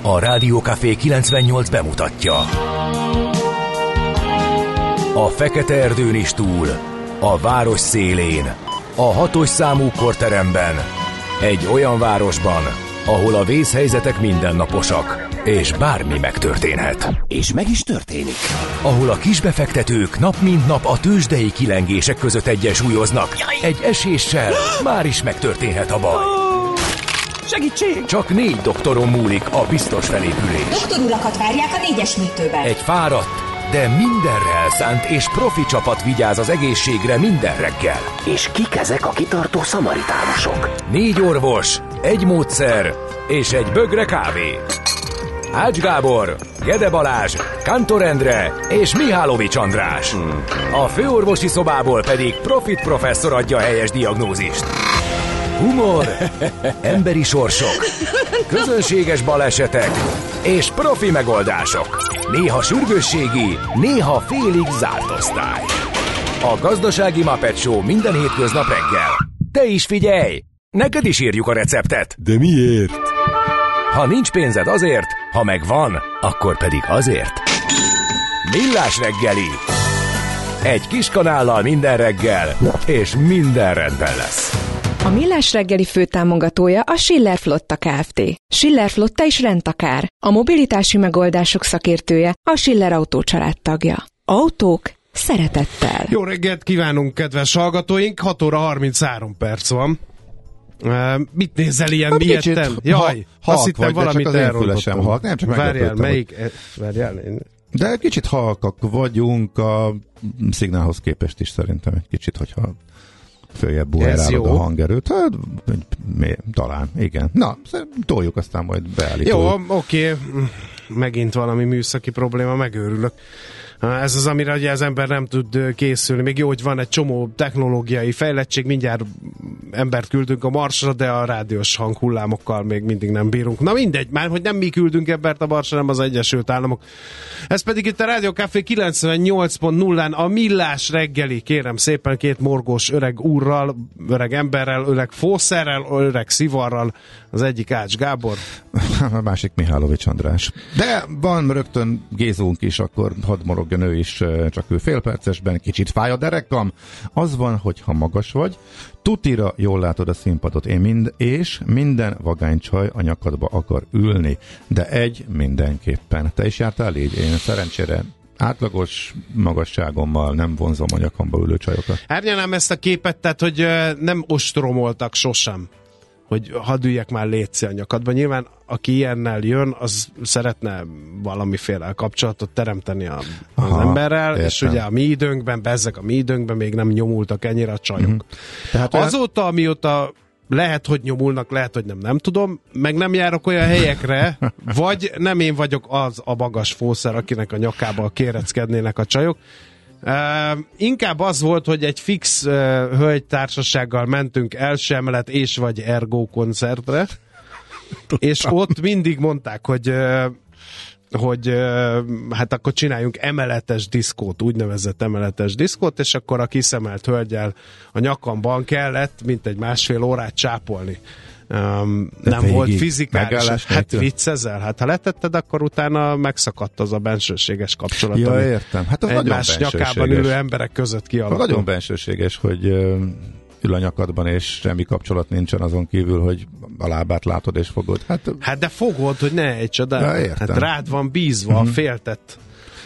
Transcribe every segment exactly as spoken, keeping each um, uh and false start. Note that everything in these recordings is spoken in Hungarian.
A Rádió Café kilencvennyolc bemutatja. A fekete erdőn is túl, a város szélén, a hatos számú korteremben, egy olyan városban, ahol a vészhelyzetek mindennaposak, és bármi megtörténhet. És meg is történik. Ahol a kisbefektetők nap mint nap a tőzsdei kilengések között egyensúlyoznak. Egy eséssel már is megtörténhet a baj. Segítség! Csak négy doktoron múlik a biztos felépülés. Doktor urakat várják a négyes műtőben. Egy fáradt, de mindenre elszánt és profi csapat vigyáz az egészségre minden reggel. És kik ezek a kitartó szamaritánusok? Négy orvos, egy módszer és egy bögre kávé. Ács Gábor, Gede Balázs, Kántor Endre és Mihálovics András. A főorvosi szobából pedig Profit professzor adja a helyes diagnózist. Humor, emberi sorsok, közönséges balesetek és profi megoldások. Néha sürgősségi, néha félig zárt osztály. A Gazdasági Muppet Show minden hétköznap reggel. Te is figyelj! Neked is írjuk a receptet. De miért? Ha nincs pénzed azért, ha megvan, akkor pedig azért. Millás reggeli. Egy kis kanállal minden reggel, és minden rendben lesz. A Millás reggeli főtámogatója a Schiller Flotta Kft. Schiller Flotta is rendtakár. A mobilitási megoldások szakértője, a Schiller Autó család tagja. Autók szeretettel. Jó reggelt kívánunk, kedves hallgatóink! hat óra harminchárom perc van. Uh, mit nézel ilyen ha, miettem? Jaj, ha, azt hittem vagy, valamit elrontottam. Halk. Nem, csak várjál, melyik? Hogy... Várjál, én... De kicsit halkak vagyunk a szignálhoz képest is szerintem egy kicsit, hogyha följebb buherálod a hangerőt. Hát, mi, talán, igen. Na, toljuk, aztán majd beállítjuk. Jó, oké. Okay. Megint valami műszaki probléma, megőrülök. Ez az, amire ugye az ember nem tud készülni. Még jó, hogy van egy csomó technológiai fejlettség, mindjárt embert küldünk a Marsra, de a rádiós hanghullámokkal még mindig nem bírunk. Na mindegy, már hogy nem mi küldünk embert a Marsra, nem az Egyesült Államok. Ez pedig itt a Rádió Café kilencvennyolc pont nullán a Millás reggeli, kérem szépen, két morgós öreg úrral, öreg emberrel, öreg fószerrel, öreg szivarral, az egyik Ács Gábor. A másik Mihálovics András. De van rögtön Gézónk is, akkor hadd morogjon ő is, csak ő félpercesben, kicsit fáj a derekam. Az van, hogy ha magas vagy, tutira jól látod a színpadot, én mind, és minden vagánycsaj a nyakadba akar ülni, de egy mindenképpen. Te is jártál így? Én szerencsére átlagos magasságommal nem vonzom a nyakamba ülő csajokat. Árnyalám ezt a képet, tehát, hogy nem ostromoltak sosem, hogy hadd üljek már létszi a nyakadba. Nyilván, aki ilyennel jön, az szeretne valamiféle kapcsolatot teremteni a, az Aha, emberrel, értem. És ugye a mi időnkben, bezzeg a mi időnkben még nem nyomultak ennyire a csajok. Mm-hmm. Tehát azóta, amióta lehet, hogy nyomulnak, lehet, hogy nem, nem tudom, meg nem járok olyan helyekre, vagy nem én vagyok az a magas fószer, akinek a nyakába kéreckednének a csajok. Uh, inkább az volt, hogy egy fix uh, hölgytársasággal mentünk első emelet és vagy Ergo koncertre, és ott mindig mondták, hogy uh, hogy uh, hát akkor csináljunk emeletes diszkót, úgynevezett emeletes diszkót, és akkor a kiszemelt hölgyel a nyakamban kellett mint egy másfél órát csápolni. Um, nem végig volt fizikális. Hát viccezel, hát ha letetted, akkor utána megszakadt az a bensőséges kapcsolat. Ja, értem. Hát az egymás nyakában ülő emberek között kialakul. Nagyon bensőséges, hogy uh, ül a nyakadban, és semmi kapcsolat nincsen azon kívül, hogy a lábát látod és fogod. Hát, hát de fogod, hogy ne ejtsd el. Ja, hát rád van bízva, uh-huh. féltett.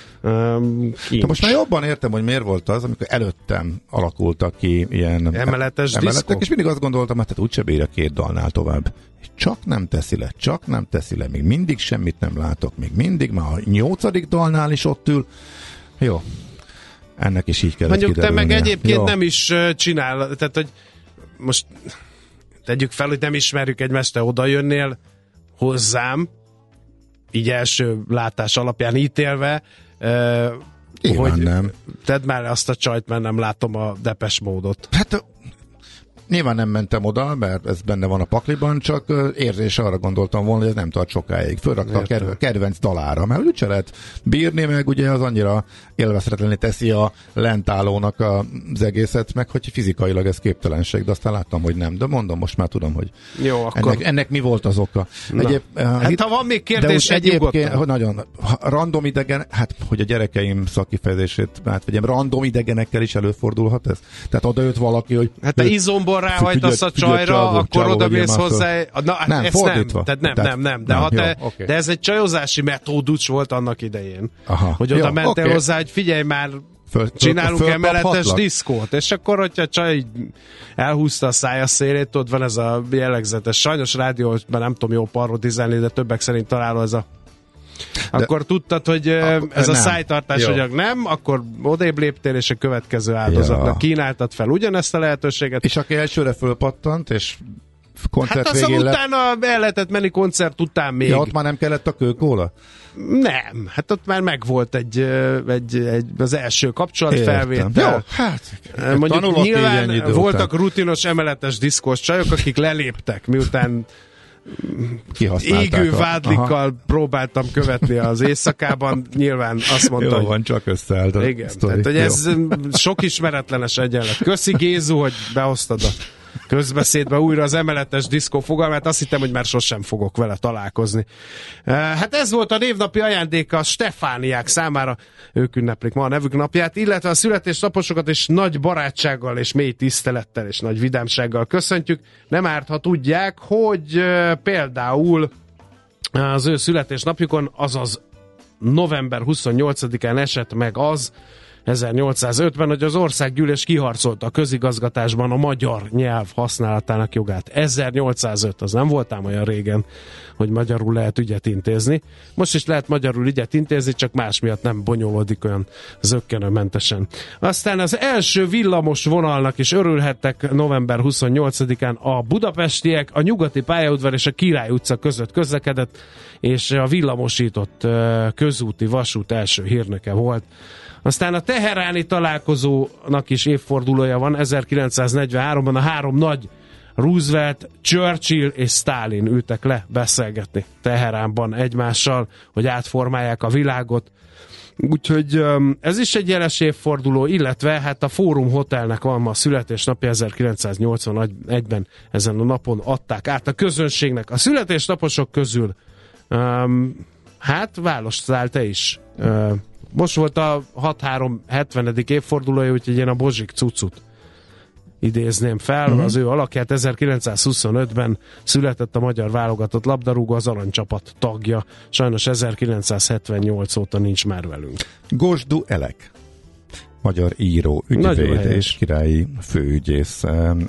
Um, de most már jobban értem, hogy miért volt az, amikor előttem alakultak ki ilyen emeletes emeletek, és mindig azt gondoltam, hogy hát úgyse bír a két dalnál tovább. És csak nem teszi le, csak nem teszi le, még mindig semmit nem látok, még mindig, már a nyolcadik dalnál is ott ül. Jó, ennek is így kellett mondjuk kiderülnie. Te meg egyébként Jó. nem is csinál, tehát hogy most tegyük fel, hogy nem ismerjük egymást, te oda jönnél hozzám, így első látás alapján ítélve, Uh, hogy nem. tedd már azt a csajt, mert nem látom a Depeche Mode-ot. Hát nyilván nem mentem oda, mert ez benne van a pakliban, csak érzése arra gondoltam volna, hogy ez nem tart sokáig. Fölrakta a kedv- kedvenc dalára, mert úgyse lehet bírni, meg ugye az annyira élvezhetetlenné teszi a lentállónak az egészet, meg hogy fizikailag ez képtelenség, de aztán láttam, hogy nem. De mondom, most már tudom, hogy Jó, akkor... ennek, ennek mi volt az oka. Egyéb, hát itt, ha van még kérdés, egyébként, hogy nagyon random idegen, hát hogy a gyerekeim szakifejezését, hát vagy random idegenekkel is előfordulhat ez. Tehát oda jött valaki, hogy hát te izomból ráhajtasz a csajra, akkor oda mész hozzá. Na, hát nem, fordítva. Nem, tehát nem, Tehát, nem, nem. De, nem, ha te, jó, okay. de ez egy csajozási metódus volt annak idején. Aha. Hogy oda jó, mentél okay. hozzá, hogy figyelj már, Föl, csinálunk föl, emeletes diszkót, és akkor, hogyha a csaj elhúzta a szája szélét, ott van ez a jellegzetes, sajnos rádióban nem tudom jól parodizálni, de többek szerint találó ez a de, akkor tudtad, hogy akkor, ez nem. a szájtartás, hogy nem, akkor odébb léptél, és a következő áldozatnak ja. kínáltad fel ugyanezt a lehetőséget. És aki elsőre fölpattant, és koncert hát végén lett... utána el lehetett menni koncert után még. Ja, ott már nem kellett a kőkóla? Nem, hát ott már megvolt egy, egy, egy az első kapcsolatfelvétel. Jó, hát mondjuk nyilván voltak után. rutinos emeletes diszkós csajok, akik leléptek, miután égő vádlikkal Aha. próbáltam követni az éjszakában, nyilván azt mondta, jó, hogy... van, csak összeállt a igen, tehát, hogy ez sok ismeretlenes egyenlet. Köszi Gézu, hogy behoztad a közbeszédbe újra az emeletes diszkó fogalmát, azt hittem, hogy már sosem fogok vele találkozni. Hát ez volt a névnapi ajándéka a Stefániák számára, ők ünneplik ma a nevük napját, illetve a születésnaposokat is nagy barátsággal és mély tisztelettel és nagy vidámsággal köszöntjük. Nem árt, ha tudják, hogy például az ő születésnapjukon, azaz november huszonnyolcadikán esett meg az, ezernyolcszázötben, hogy az országgyűlés kiharcolta a közigazgatásban a magyar nyelv használatának jogát. ezernyolcszázöt, az nem voltám olyan régen, hogy magyarul lehet ügyet intézni. Most is lehet magyarul ügyet intézni, csak más miatt nem bonyolódik olyan zökkenőmentesen. Aztán az első villamos vonalnak is örülhettek november huszonnyolcadikán a budapestiek, a Nyugati pályaudvar és a Király utca között közlekedett, és a villamosított közúti vasút első hírnöke volt. Aztán a teheráni találkozónak is évfordulója van, ezerkilencszáznegyvenháromban a három nagy Roosevelt, Churchill és Stalin ültek le beszélgetni Teheránban egymással, hogy átformálják a világot. Úgyhogy ez is egy jeles évforduló, illetve hát a Fórum Hotelnek van ma a születésnapja, ezerkilencszáznyolcvanegyben ezen a napon adták át a közönségnek. A születésnaposok közül um, hát választál te is. Uh, Most volt a hatvanhárom hetvenedik évfordulója, úgyhogy én a Bozsik Cucut idézném fel. Uh-huh. Az ő alakját ezerkilencszázhuszonötben született a magyar válogatott labdarúgó, az aranycsapat tagja. Sajnos ezerkilencszázhetvennyolc óta nincs már velünk. Gosdu Elek, magyar író, ügyvéd és királyi főügyész,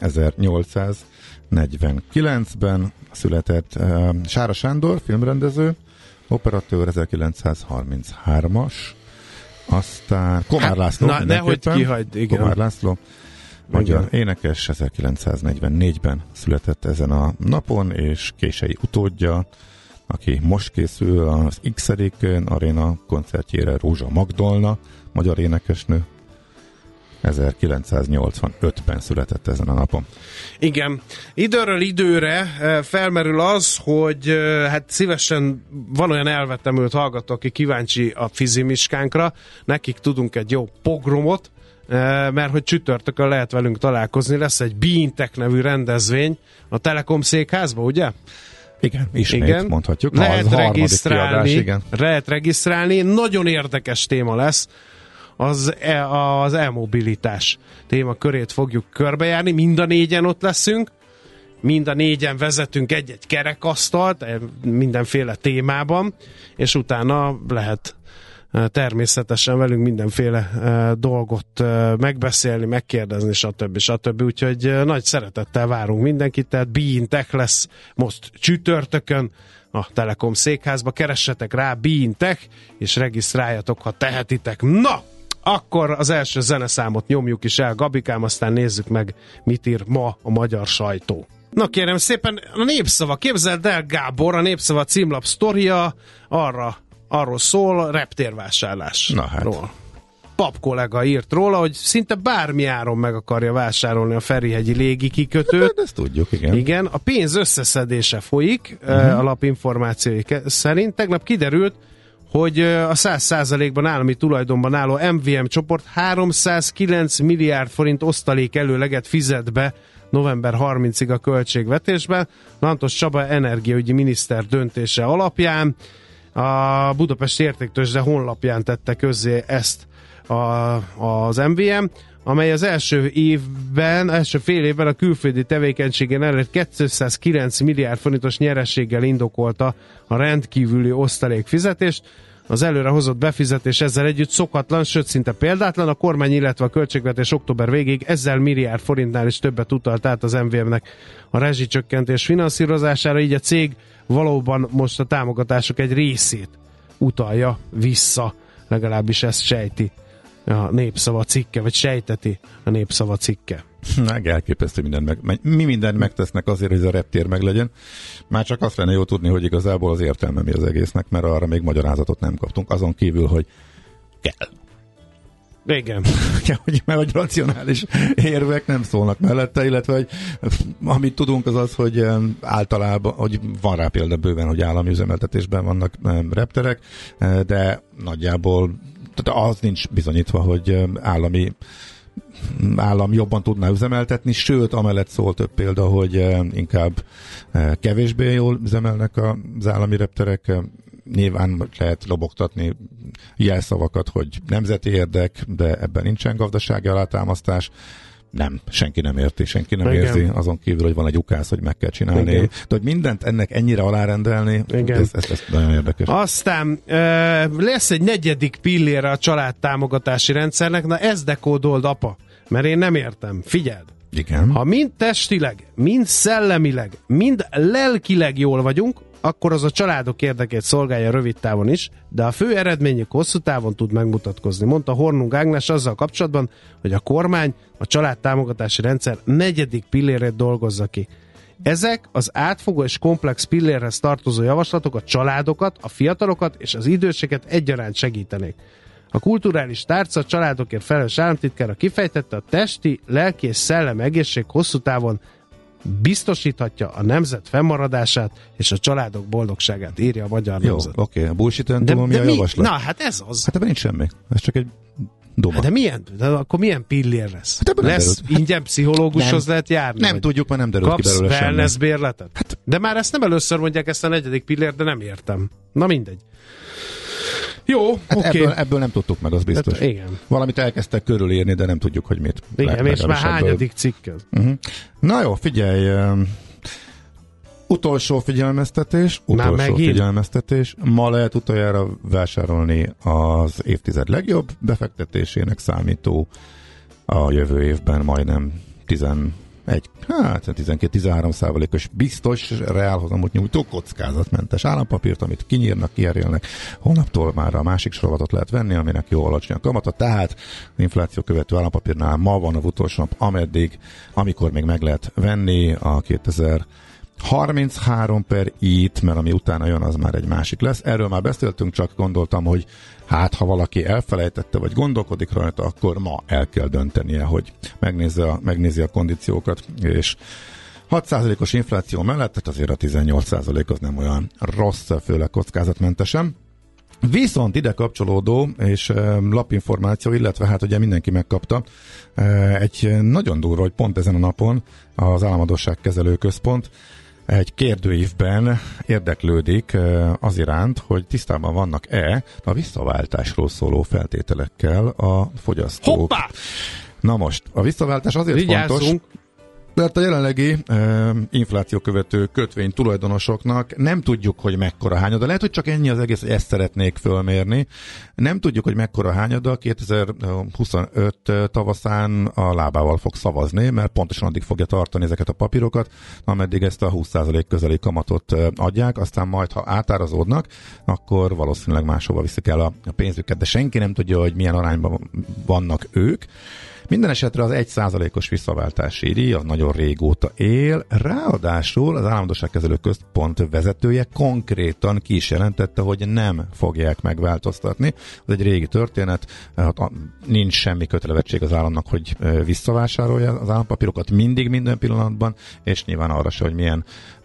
ezernyolcszáznegyvenkilencben született. Sára Sándor, filmrendező, operatőr, ezerkilencszázharminchárom-as. Aztán Komár László, hát, na, nehogy kihagyd, igen. Komár László, magyar igen. énekes, ezerkilencszáznegyvennégyben született ezen a napon, és késői utódja, aki most készül az X-edik Aréna koncertjére, Rózsa Magdolna, magyar énekesnő, ezerkilencszáznyolcvanötben született ezen a napon. Igen. Időről időre felmerül az, hogy hát szívesen van olyan elvetemült hallgató, aki kíváncsi a fizimiskánkra, nekik tudunk egy jó pogromot, mert hogy csütörtökön lehet velünk találkozni, lesz egy Beintech nevű rendezvény a Telekom székházba, ugye? Igen, ismét igen. mondhatjuk. Lehet regisztrálni, kiadás, lehet regisztrálni, nagyon érdekes téma lesz. Az, e, az e-mobilitás témakörét fogjuk körbejárni, mind a négyen ott leszünk, mind a négyen vezetünk egy-egy kerekasztalt, mindenféle témában, és utána lehet természetesen velünk mindenféle dolgot megbeszélni, megkérdezni, stb. stb. Úgyhogy nagy szeretettel várunk mindenkit, tehát Beintech lesz most csütörtökön a Telekom székházba, keressetek rá Beintech, és regisztráljatok, ha tehetitek. Na! Akkor az első zeneszámot nyomjuk is el, Gabikám, aztán nézzük meg, mit ír ma a magyar sajtó. Na kérem szépen, a Népszava, képzeld el, Gábor, a Népszava címlap sztoria arra, arról szól, reptérvásárlásról. Na hát. Pap kollega írt róla, hogy szinte bármi áron meg akarja vásárolni a Ferihegyi légi kikötőt. Ezt tudjuk, igen. Igen, a pénz összeszedése folyik, uh-huh. a lap információi szerint. Tegnap kiderült, hogy a száz százalékban állami tulajdonban álló em vé em csoport háromszázkilenc milliárd forint osztalék előleget fizet be november harmincadikáig a költségvetésben. Lantos Csaba energiaügyi miniszter döntése alapján a Budapesti Értéktőzsde honlapján tette közzé ezt a, az em vé em, amely az első évben, első fél évben a külföldi tevékenységen előtt kétszázkilenc milliárd forintos nyereséggel indokolta a rendkívüli osztalékfizetést. Az előre hozott befizetés ezzel együtt szokatlan, sőt szinte példátlan. A kormány, illetve a költségvetés október végéig ezzel milliárd forintnál is többet utalt át az em vé em-nek a rezsicsökkentés finanszírozására, így a cég valóban most a támogatások egy részét utalja vissza, legalábbis ezt sejti a Népszava cikke, vagy sejteti a Népszava cikke. Meg elképesztő mindent meg, mi mindent megtesznek azért, hogy ez a reptér meglegyen. Már csak azt lenne jó tudni, hogy igazából az értelme mi az egésznek, mert arra még magyarázatot nem kaptunk, azon kívül, hogy kell. Igen. hogy, mert hogy racionális érvek nem szólnak mellette, illetve hogy amit tudunk az az, hogy általában, hogy van rá példa bőven, hogy állami üzemeltetésben vannak repterek, de nagyjából tehát az nincs bizonyítva, hogy állami állam jobban tudná üzemeltetni, sőt, amellett szól több példa, hogy inkább kevésbé jól üzemelnek az állami repterek. Nyilván lehet lobogtatni jelszavakat, hogy nemzeti érdek, de ebben nincsen gazdasági alátámasztás. Nem, senki nem érti, senki nem Igen. érzi, azon kívül, hogy van egy ukáz, hogy meg kell csinálni. Igen. De hogy mindent ennek ennyire alárendelni, ez, ez, ez nagyon érdekes. Aztán e, lesz egy negyedik pillére a családtámogatási rendszernek, na ez dekódold, apa, mert én nem értem. Figyeld! Igen. Ha mind testileg, mind szellemileg, mind lelkileg jól vagyunk, akkor az a családok érdekét szolgálja rövid távon is, de a fő eredményük hosszú távon tud megmutatkozni. Mondta Hornung Ágnes azzal kapcsolatban, hogy a kormány a családtámogatási rendszer negyedik pillérét dolgozza ki. Ezek az átfogó és komplex pillérhez tartozó javaslatok a családokat, a fiatalokat és az időseket egyaránt segítenék. A kulturális tárca családokért felelős államtitkára kifejtette, a testi, lelki és szellemi egészség hosszú távon biztosíthatja a nemzet fennmaradását és a családok boldogságát, írja a Magyar Jó, Nemzet. oké, okay. A bullshit-en tudom, mi a mi? javaslat? Na, hát ez az. Hát ebben nincs semmi. Ez csak egy doma. Hát de milyen? De akkor milyen pillér lesz? Hát lesz ingyen pszichológushoz lehet járni? Nem tudjuk, mert nem derült ki belőle semmi. Kapsz wellness bérletet? Hát, de már ezt nem először mondják, ezt a negyedik pillér, de nem értem. Na mindegy. Jó, hát oké. Ebből, ebből nem tudtuk meg, az biztos. Hát, igen. Valamit elkezdtek körülírni, de nem tudjuk, hogy mit. Igen, és már hányadik cikk ez? Uh-huh. Na jó, figyelj. Um, utolsó figyelmeztetés. Utolsó figyelmeztetés. Ma lehet utoljára vásárolni az évtized legjobb befektetésének számító a jövő évben majdnem tizenegy, hát tizenkét-tizenhárom százalékos biztos reálhozamot nyújtó kockázatmentes állampapírt, amit kinyírnak, kierélnek. Holnaptól már a másik sorozatot lehet venni, aminek jó alacsony a kamata, tehát az infláció követő állampapírnál ma van az utolsó nap, ameddig, amikor még meg lehet venni a kétezer-harminchárom per í-t, mert ami utána jön, az már egy másik lesz. Erről már beszéltünk, csak gondoltam, hogy hát, ha valaki elfelejtette, vagy gondolkodik rajta, akkor ma el kell döntenie, hogy megnézze a, megnézi a kondíciókat, és hat százalékos infláció mellett, tehát azért a tizennyolc százalék az nem olyan rossz, főleg kockázatmentesen. Viszont ide kapcsolódó, és e, lapinformáció, illetve hát ugye mindenki megkapta, e, egy nagyon durva, hogy pont ezen a napon az Államadósságkezelő Központ egy kérdőívben érdeklődik az iránt, hogy tisztában vannak-e a visszaváltásról szóló feltételekkel a fogyasztók. Hoppá! Na most, a visszaváltás azért Vigyázzunk. fontos, mert a jelenlegi e, infláció követő kötvény tulajdonosoknak nem tudjuk, hogy mekkora hányada. Lehet, hogy csak ennyi az egész, hogy ezt szeretnék fölmérni. Nem tudjuk, hogy mekkora hányada. kétezer-huszonöt tavaszán a lábával fog szavazni, mert pontosan addig fogja tartani ezeket a papírokat, ameddig ezt a húsz százalék közeli kamatot adják, aztán majd, ha átárazódnak, akkor valószínűleg máshova viszik el a pénzüket, de senki nem tudja, hogy milyen arányban vannak ők. Minden esetre az egy százalékos visszaváltási díj az nagyon régóta él, ráadásul az Államadósságkezelő Központ vezetője konkrétan ki is jelentette, hogy nem fogják megváltoztatni. Ez egy régi történet, nincs semmi kötelezettség az államnak, hogy visszavásárolja az állampapírokat mindig, minden pillanatban, és nyilván arra se, hogy milyen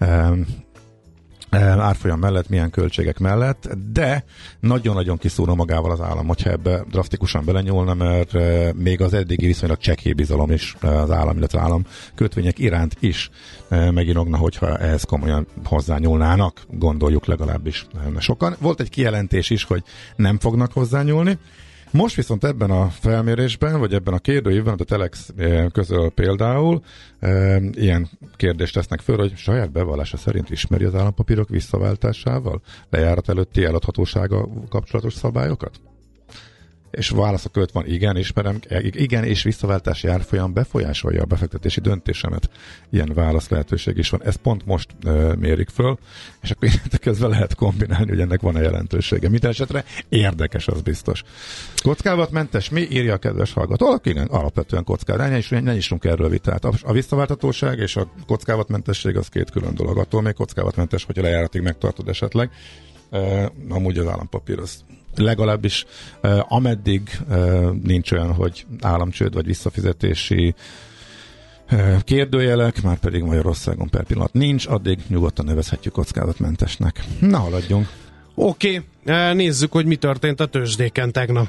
árfolyam mellett, milyen költségek mellett, de nagyon-nagyon kiszúrna magával az állam, hogyha ebbe drasztikusan belenyúlna, mert még az eddigi viszonylag csekély bizalom is az állam, illetve állam kötvények iránt is meginogna, hogyha ehhez komolyan hozzányúlnának, gondoljuk legalábbis sokan. Volt egy kijelentés is, hogy nem fognak hozzányúlni. Most viszont ebben a felmérésben, vagy ebben a kérdőívben, a Telex közöl például, e, ilyen kérdést tesznek föl, hogy saját bevallása szerint ismeri az állampapírok visszaváltásával, lejárat előtti eladhatósága kapcsolatos szabályokat? És válasz a költ van, igen, ismerem, igen, és visszaváltási árfolyam befolyásolja a befektetési döntésemet. Ilyen válasz lehetőség is van. Ezt pont most e, mérik föl, és akkor közben lehet kombinálni, hogy ennek van-e jelentősége. Minden esetre érdekes, az biztos. Kockávatmentes, mi írja a kedves hallgató? Igen, alapvetően kockázat. Ne, is, ne nyissunk erről vitát. A visszaváltatóság és a kockávatmentesség az két külön dolog. Attól még kockávatmentes, hogy a lejáratig megtartod esetleg. E, amúgy az állampapír az legalábbis uh, ameddig uh, nincs olyan, hogy államcsőd vagy visszafizetési uh, kérdőjelek, már pedig Magyarországon per pillanat nincs, addig nyugodtan nevezhetjük kockázatmentesnek. Na, haladjunk. Oké, okay. Nézzük, hogy mi történt a tőzsdéken tegnap.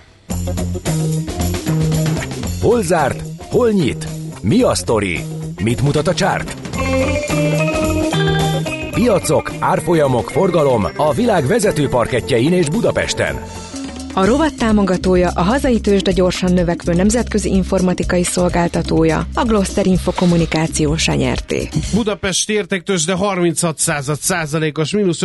Hol zárt? Hol nyit? Mi a sztori? Mit mutat a csárt? Piacok, árfolyamok, forgalom a világ vezető parkettjein és Budapesten. A rovat támogatója a hazai tőzsde gyorsan növekvő nemzetközi informatikai szolgáltatója, a Gloster Info Kommunikáció nyerté. Budapest értéktőzsde harminchat százalékos mínusz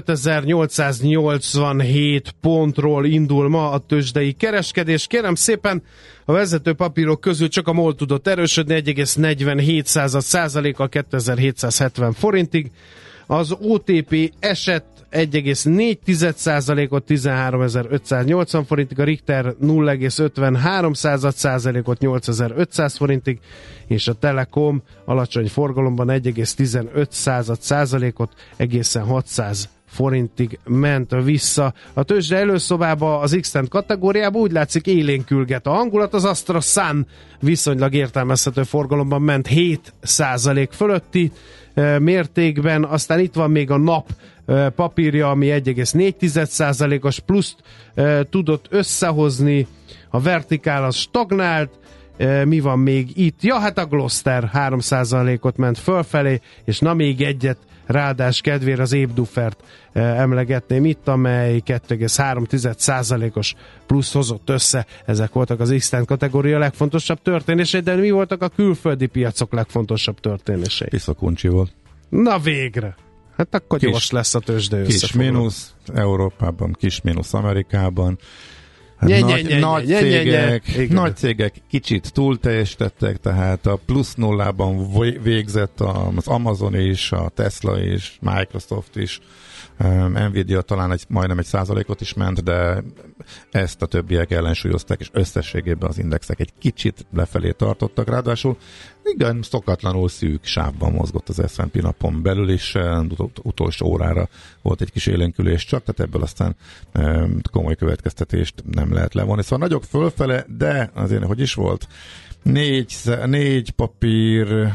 ötvenötezer-nyolcszáznyolcvanhét pontról indul ma a tőzsdei kereskedés. Kérem szépen, a vezető papírok közül csak a MOL tudott erősödni egy egész negyvenhét százalékkal kétezer-hétszázhetven forintig. Az o té pé esett egy egész négy százalékot tizenháromezer-ötszáznyolcvan forintig, a Richter nulla egész ötvenhárom százalékot nyolcezer-ötszáz forintig, és a Telekom alacsony forgalomban egy egész tizenöt százalékot egészen hatszáz forintig ment vissza. A tőzsde előszobába az X-Tent kategóriába úgy látszik élénkülget a hangulat, az Astra Sun viszonylag értelmezhető forgalomban ment hét százalék fölötti e, mértékben, aztán itt van még a nap e, papírja, ami egy egész négy százalékos pluszt e, tudott összehozni, a Vertikál az stagnált, e, mi van még itt? Ja, hát a Gloster három százalékot ment fölfelé, és na még egyet ráadás kedvére az Ébduffert eh, emlegetném itt, amely kettő egész három százalékos plusz hozott össze. Ezek voltak az X-Tent kategória legfontosabb történései, de mi voltak a külföldi piacok legfontosabb történései? Piszakuncsi volt. Na végre! Hát akkor kis, gyors lesz a tőzsde összefoglaló. Kis mínusz Európában, kis mínusz Amerikában. Nye, nagy, nye, nye, nagy, nye, cégek, nye, nye. nagy cégek kicsit túlteljesítettek, tehát a plusz nullában végzett az Amazon is, a Tesla is, Microsoft is, Nvidia talán egy, majdnem egy százalékot is ment, de ezt a többiek ellensúlyozták, és összességében az indexek egy kicsit lefelé tartottak, ráadásul igen, szokatlanul szűk sávban mozgott az es and pé napon belül is, ut- utolsó órára volt egy kis élénkülés csak, tehát ebből aztán e, komoly következtetést nem lehet levonni. Szóval nagyok fölfele, de azért hogy is volt? Négy, négy papír,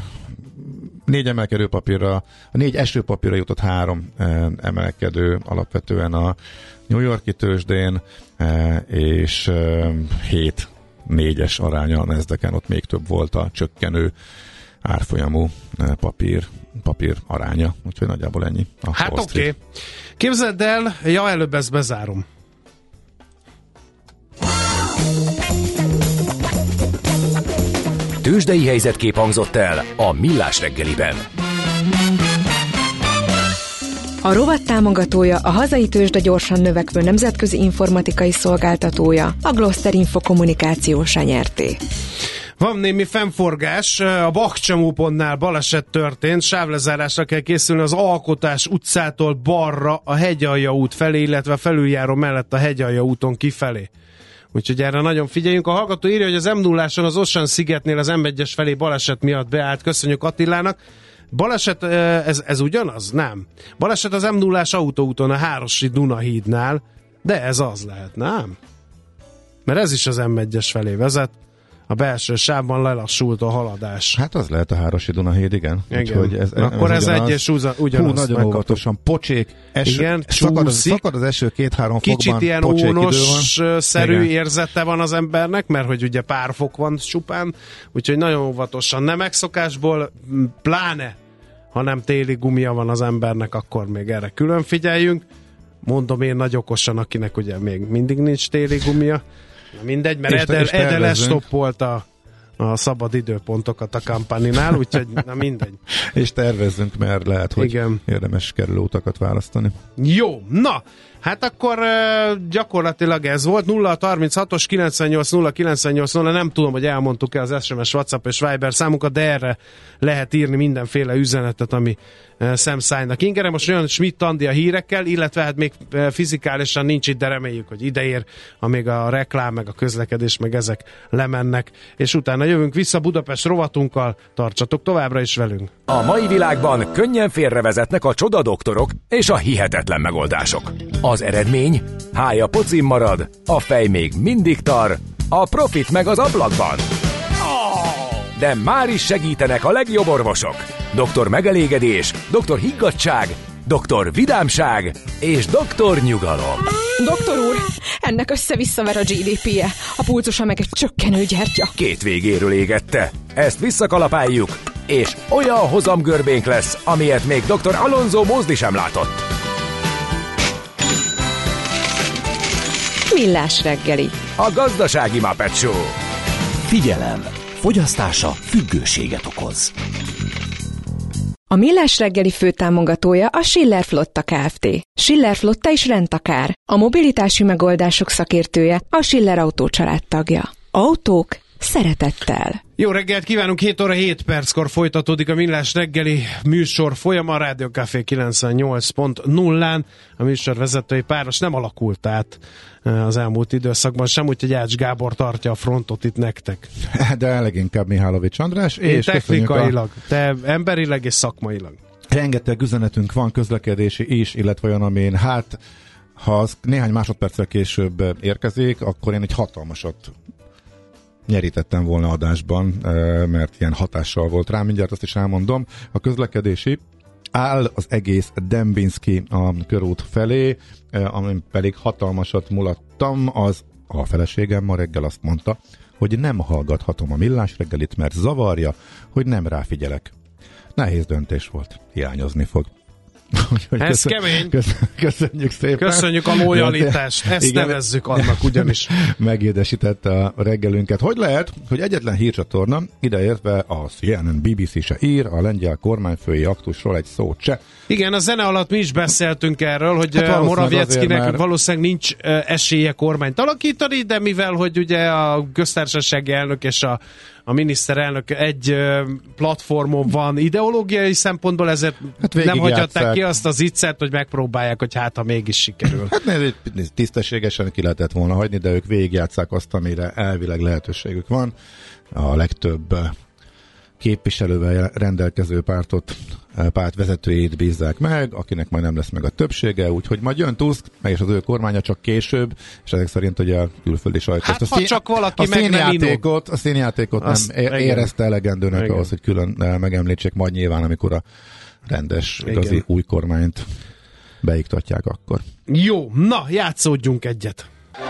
négy emelkedő papírra, a négy esőpapírra jutott három e, emelkedő alapvetően a New York-i tőzsdén, e, és e, hét négyes aránya a Nasdaqen, ott még több volt a csökkenő árfolyamú papír, papír aránya, úgyhogy nagyjából ennyi. Hát oké. Okay. Képzeld el, ja, előbb ezt bezárom. Tőzsdei helyzetkép hangzott el a Millás reggeliben. A rovat támogatója a hazai tőzsde gyorsan növekvő nemzetközi informatikai szolgáltatója, a Gloster Info Kommunikáció nyerté. Van némi fennforgás, a Bakcsamópontnál baleset történt, sávlezárásra kell készülni az Alkotás utcától balra a Hegyalja út felé, illetve a felüljáró mellett a Hegyalja úton kifelé. Úgyhogy erre nagyon figyeljünk. A hallgató írja, hogy az em nulláson az Ocean szigetnél az em egyes felé baleset miatt beállt. Köszönjük Attilának. Baleset, ez, ez ugyanaz? Nem. Baleset az em nullás autóúton a Hárosi Dunahídnál, de ez az lehet, nem? Mert ez is az em egyes felé vezet. A belső sávban lelassult a haladás. Hát az lehet a Hárosi Dunahíd, igen. igen. Úgyhogy ez, Akkor ez, ez egy és ugyanaz. Hú, nagyon megkaptuk. Óvatosan. Pocsék, eső, igen, szakad, az, szakad az eső két-három fokban. Kicsit ilyen ónos-szerű érzete van az embernek, mert hogy ugye pár fok van csupán, úgyhogy nagyon óvatosan. Nem megszokásból, pláne, ha nem téli gumia van az embernek, akkor még erre külön figyeljünk. Mondom én nagy okosan, akinek ugye még mindig nincs téli gumia. Na mindegy, mert és Edel, Edel lestoppolt a, a szabad időpontokat a kampáninál, úgyhogy na mindegy. És tervezzünk, mert lehet, hogy igen. Érdemes kerülőutakat választani. Jó, na, hát akkor uh, gyakorlatilag ez volt. Nulla harminchatos kilencvennyolc nulla kilencvennyolc nulla, nem tudom, hogy elmondtuk-e az es em es, WhatsApp és Viber számunkat, de erre lehet írni mindenféle üzenetet, ami uh, szemszájnak ingere. Most olyan Schmidt Andi a hírekkel, illetve hát még uh, fizikálisan nincs itt, de reméljük, hogy ideér, amíg a reklám, meg a közlekedés, meg ezek lemennek, és utána jövünk vissza Budapest rovatunkkal, tartsatok továbbra is velünk. A mai világban könnyen félrevezetnek a csodadoktorok és a hihetetlen megoldások. Az eredmény? Hája pocim marad, a fej még mindig tar, a profit meg az ablakban. De már is segítenek a legjobb orvosok. doktor Megelégedés, doktor Higgadtság, doktor Vidámság és doktor Nyugalom. Doktor úr, ennek össze-visszaver a gé dé pé-je, a pulzusa meg egy csökkenő gyertya. Két végéről égette. Ezt visszakalapáljuk, és olyan hozamgörbénk lesz, amilyet még doktor Alonso Mózdi sem látott. Millás reggeli. A gazdasági Muppet Show. Figyelem! Fogyasztása függőséget okoz. A Millás reggeli főtámogatója a Schiller Flotta Kft. Schiller Flotta és Rendtakár. A mobilitási megoldások szakértője, a Schiller Autó családtagja. Autók szeretettel. Jó reggelt kívánunk, hét óra hét perckor folytatódik a Millás reggeli műsor folyama a Rádió Café kilencvennyolc pont nullán. A műsor vezetői páros nem alakult át az elmúlt időszakban sem, úgyhogy Ács Gábor tartja a frontot itt nektek. De leginkább Mihálovics András. És technikailag, a... te emberileg és szakmailag. Rengeteg üzenetünk van, közlekedési is, illetve olyan, amin hát ha az néhány másodperccel később érkezik, akkor én egy hatalmasat nyerítettem volna adásban, mert ilyen hatással volt rám, mindjárt azt is elmondom. A közlekedési áll az egész Dembinski a körút felé, amin pedig hatalmasat mulattam, az a feleségem ma reggel azt mondta, hogy nem hallgathatom a Millás reggelit, mert zavarja, hogy nem ráfigyelek. Nehéz döntés volt, hiányozni fog. Ez köszön, kemény. Köszönjük szépen. Köszönjük a lojalitást. Ezt igen, nevezzük annak ugyanis. Megédesítette a reggelünket. Hogy lehet, hogy egyetlen hírcsatorna, ideértve a C N N, B B C se ír, a lengyel kormányfői aktusról egy szót se. Igen, a zene alatt mi is beszéltünk erről, hogy hát Morawieckinek már... valószínűleg nincs esélye kormányt alakítani, de mivel, hogy ugye a köztársasági elnök és a a miniszterelnök egy platformon van ideológiai szempontból, ezért hát nem hagyhatták ki azt az iccert, hogy megpróbálják, hogy hát, ha mégis sikerül. Hát tisztességesen ki lehetett volna hagyni, de ők végigjátszák azt, amire elvileg lehetőségük van. A legtöbb képviselővel rendelkező pártot, párt vezetőjét bízzák meg, akinek majd nem lesz meg a többsége, úgyhogy majd jön Tusk, meg és az ő kormánya csak később, és ezek szerint ugye a külföldi sajtó. Hát, a ha szín, csak valaki a meg színjátékot, a színjátékot azt, nem igen. érezte elegendőnek igen. ahhoz, hogy külön megemlítsék, majd nyilván, amikor a rendes, igazi igen. új kormányt beiktatják akkor. Jó, na, játszódjunk egyet.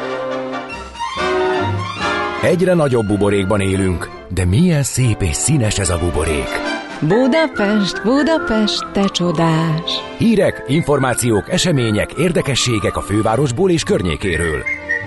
Egyre nagyobb buborékban élünk, de milyen szép és színes ez a buborék. Budapest, Budapest, te csodás! Hírek, információk, események, érdekességek a fővárosból és környékéről.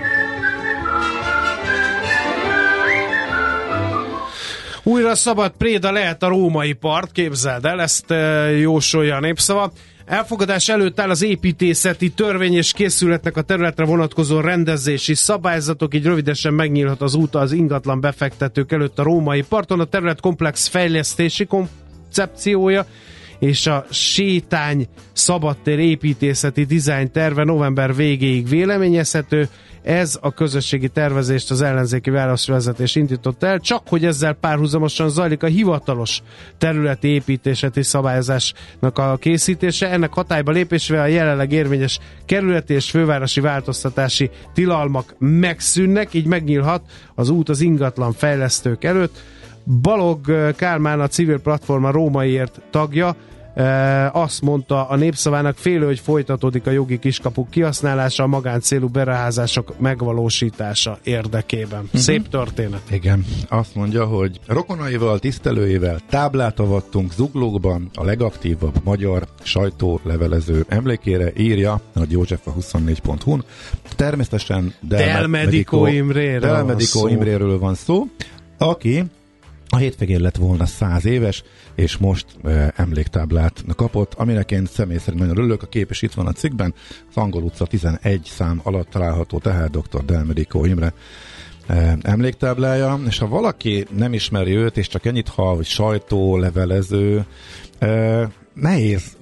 Újra szabad préda lehet a római part, képzeld el, ezt e, jósolja a Népszava. Elfogadás előtt áll az építészeti törvény és készületnek a területre vonatkozó rendezési szabályzatok, így rövidesen megnyílhat az út az ingatlan befektetők előtt a római parton. A terület komplex fejlesztési koncepciója és a sétány szabadtér építészeti dizájn terve november végéig véleményezhető. Ez a közösségi tervezést az ellenzéki városvezetés indított el, csak hogy ezzel párhuzamosan zajlik a hivatalos területi építéseti szabályozásnak a készítése. Ennek hatályba lépésvel a jelenleg érvényes kerületi és fővárosi változtatási tilalmak megszűnnek, így megnyílhat az út az ingatlan fejlesztők előtt. Balog Kálmán, a Civil Platforma Rómaiért tagja, azt mondta a Népszavának, félő, hogy folytatódik a jogi kiskapuk kihasználása a magáncélú beruházások megvalósítása érdekében. Uh-huh. Szép történet. Igen. Azt mondja, hogy rokonaival, tisztelőivel táblát avattunk Zuglókban a legaktívabb magyar sajtólevelező emlékére, írja Nagy József a huszonnégy pont hu-n. Természetesen Delmedico Imréről Delmedico Imréről van szó, aki a hétvégén lett volna száz éves, és most e, emléktáblát kapott, aminek én személy szerint nagyon örülök. A kép is itt van a cikkben, az Angol utca tizenegy szám alatt található, tehát doktor Delmedico Imre e, emléktáblája, és ha valaki nem ismeri őt, és csak ennyit hall, hogy sajtó, levelező, e, nehéz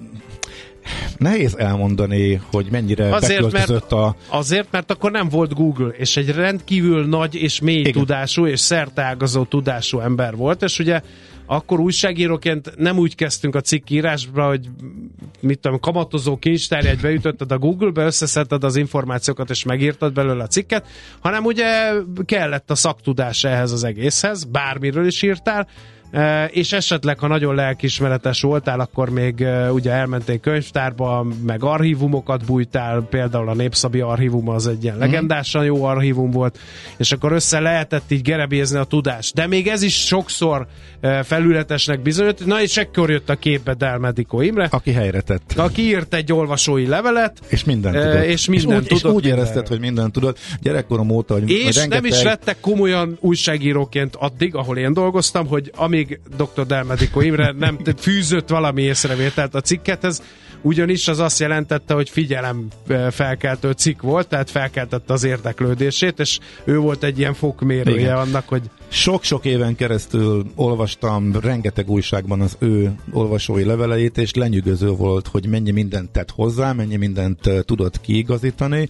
Nehéz elmondani, hogy mennyire azért, beköltözött mert, a... Azért, mert akkor nem volt Google, és egy rendkívül nagy és mély Igen. tudású és szerteágazó tudású ember volt, és ugye akkor újságíróként nem úgy kezdtünk a cikkírásba, hogy mit tudom, kamatozó kincstárját beütötted a Google-be, összeszedted az információkat és megírtad belőle a cikket, hanem ugye kellett a szaktudás ehhez az egészhez, bármiről is írtál, és esetleg, ha nagyon lelkiismeretes voltál, akkor még ugye elmentél könyvtárba, meg archívumokat bújtál, például a Népszabi archívum az egy ilyen legendásan jó archívum volt, és akkor össze lehetett így gerebézni a tudást. De még ez is sokszor felületesnek bizonyult. Na és ekkor jött a képbe Delmedico Imre, aki helyre tett. Aki írt egy olvasói levelet, és mindent tudott. És, mindent és, úgy, tudott és úgy érezted, hogy mindent tudott. Gyerekkorom óta, hogy és rengeteg... nem is vettek komolyan újságíróként addig, ahol én dolgoztam, hogy amíg doktor Delmedico Imre nem fűzött valami észrevételt a cikkethez, ugyanis az azt jelentette, hogy figyelem felkeltő cikk volt, tehát felkeltette az érdeklődését, és ő volt egy ilyen fokmérője Igen. annak, hogy... Sok-sok éven keresztül olvastam rengeteg újságban az ő olvasói leveleit, és lenyűgöző volt, hogy mennyi mindent tett hozzá, mennyi mindent tudott kiigazítani,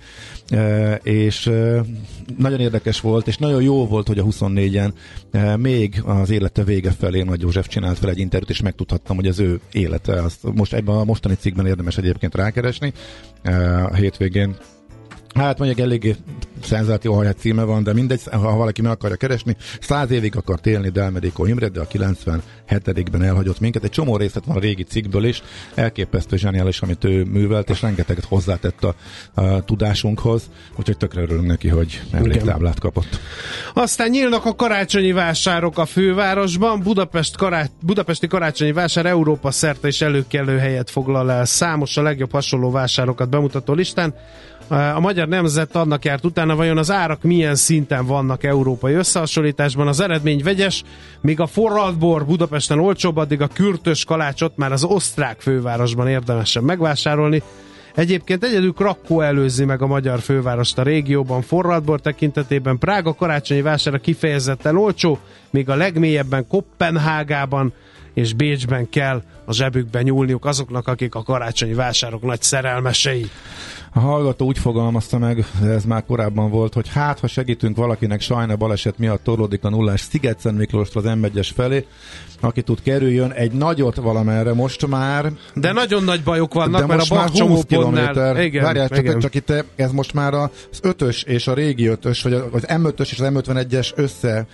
és nagyon érdekes volt, és nagyon jó volt, hogy a huszonnégyen még az élete vége felé Nagy József csinált fel egy interjút, és megtudhattam, hogy az ő élete, azt most ebben a mostani cikkben érdemes egyébként rákeresni a hétvégén. Hát mondjuk eléggé szenzációhaját címe van, de mindegy, ha valaki meg akarja keresni, száz évig akart élni Delmedico Imre, de a kilencvenhetedikben elhagyott minket. Egy csomó részlet van a régi cikkből is, elképesztő zseniális, amit ő művelt, és rengeteget hozzátett a, a tudásunkhoz, úgyhogy tökre örülünk neki, hogy emléktáblát kapott. Aztán nyílnak a karácsonyi vásárok a fővárosban. Budapest kará... Budapesti karácsonyi vásár Európa szerte is előkelő helyet foglal el. Számos a legjobb hasonló vásárokat bemutató listán. A Magyar Nemzet annak járt utána, vajon az árak milyen szinten vannak európai összehasonlításban. Az eredmény vegyes, míg a forradbor Budapesten olcsóbb, addig a kürtös kalácsot már az osztrák fővárosban érdemesen megvásárolni. Egyébként egyedül Krakkó előzi meg a magyar fővárost a régióban forradbor tekintetében. Prága karácsonyi vására kifejezetten olcsó, míg a legmélyebben Koppenhágában és Bécsben kell a zsebükbe nyúlniuk azoknak, akik a karácsonyi vásárok nagy szerelmesei. A hallgató úgy fogalmazta meg, ez már korábban volt, hogy hát, ha segítünk valakinek, sajna baleset miatt torlódik a nullás Sziget-Szent Miklóstól az em egyes felé, aki tud kerüljön egy nagyot valamerre most már. De nagyon nagy bajok vannak, mert a Bakcsomópontnál... Várjál, csak, csak itt ez most már az ötös és a régi ötös, vagy az em ötös és az em ötvenegyes össze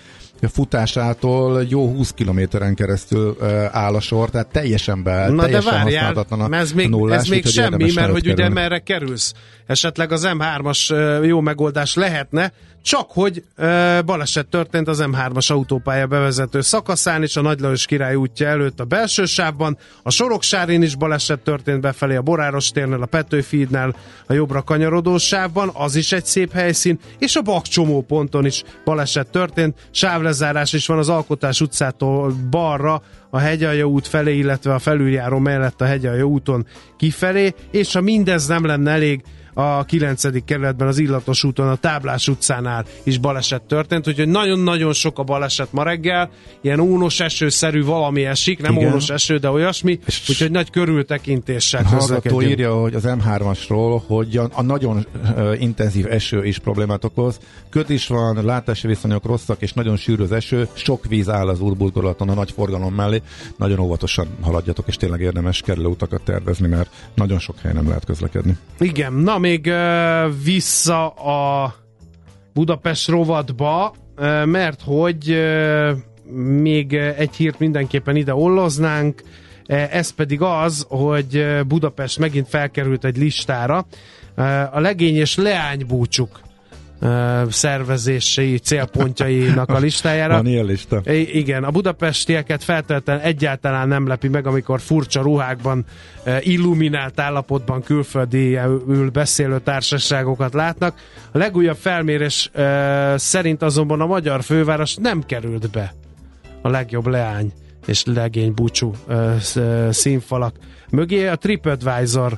futásától jó húsz kilométeren keresztül uh, áll a sor, tehát teljesen beállt, Na teljesen de várjál, használhatatlan a ez még, nullás, ez még semmi, mert hogy kerülni. Ugye merre kerülsz. Esetleg az em hármas uh, jó megoldás lehetne, csak hogy uh, baleset történt az em hármas autópálya bevezető szakaszán és a Nagy Lajos Király útja előtt a belső sávban. A Soroksárin is baleset történt befelé a Boráros térnél, a Petőfi hídnál a jobbra kanyarodó sávban, az is egy szép helyszín, és a Bakcsomóponton is baleset történt. Sávlezárás is van az Alkotás utcától balra a Hegyalja út felé, illetve a felüljáró mellett a Hegyalja úton kifelé, és ha mindez nem lenne elég, a kilencedik kerületben az Illatos úton, a Táblás utcánál is baleset történt, úgyhogy nagyon-nagyon sok a baleset ma reggel, ilyen ónos esőszerű valami esik, nem Igen. ónos eső, de olyasmi, és úgyhogy nagy körültekintéssel hallgató írja, hogy az em hármasról, hogy a, a nagyon uh, intenzív eső is problémát okoz. Köt is van, látási viszonyok rosszak, és nagyon sűrű az eső, sok víz áll az úrburkolaton a nagy forgalom mellé. Nagyon óvatosan haladjatok, és tényleg érdemes kerülőutakat tervezni, mert nagyon sok helyen nem lehet közlekedni. Igen, na még uh, vissza a Budapest rovatba, uh, mert hogy uh, még egy hírt mindenképpen ide olloznánk, uh, ez pedig az, hogy Budapest megint felkerült egy listára, uh, a legény és leánybúcsuk szervezési célpontjainak a listájára. Van ilyen lista. I- igen, a budapestieket feltétlenül egyáltalán nem lepi meg, amikor furcsa ruhákban, illuminált állapotban külföldiül beszélő társaságokat látnak. A legújabb felmérés szerint azonban a magyar főváros nem került be a legjobb leány és legény búcsú színfalak mögé. A TripAdvisor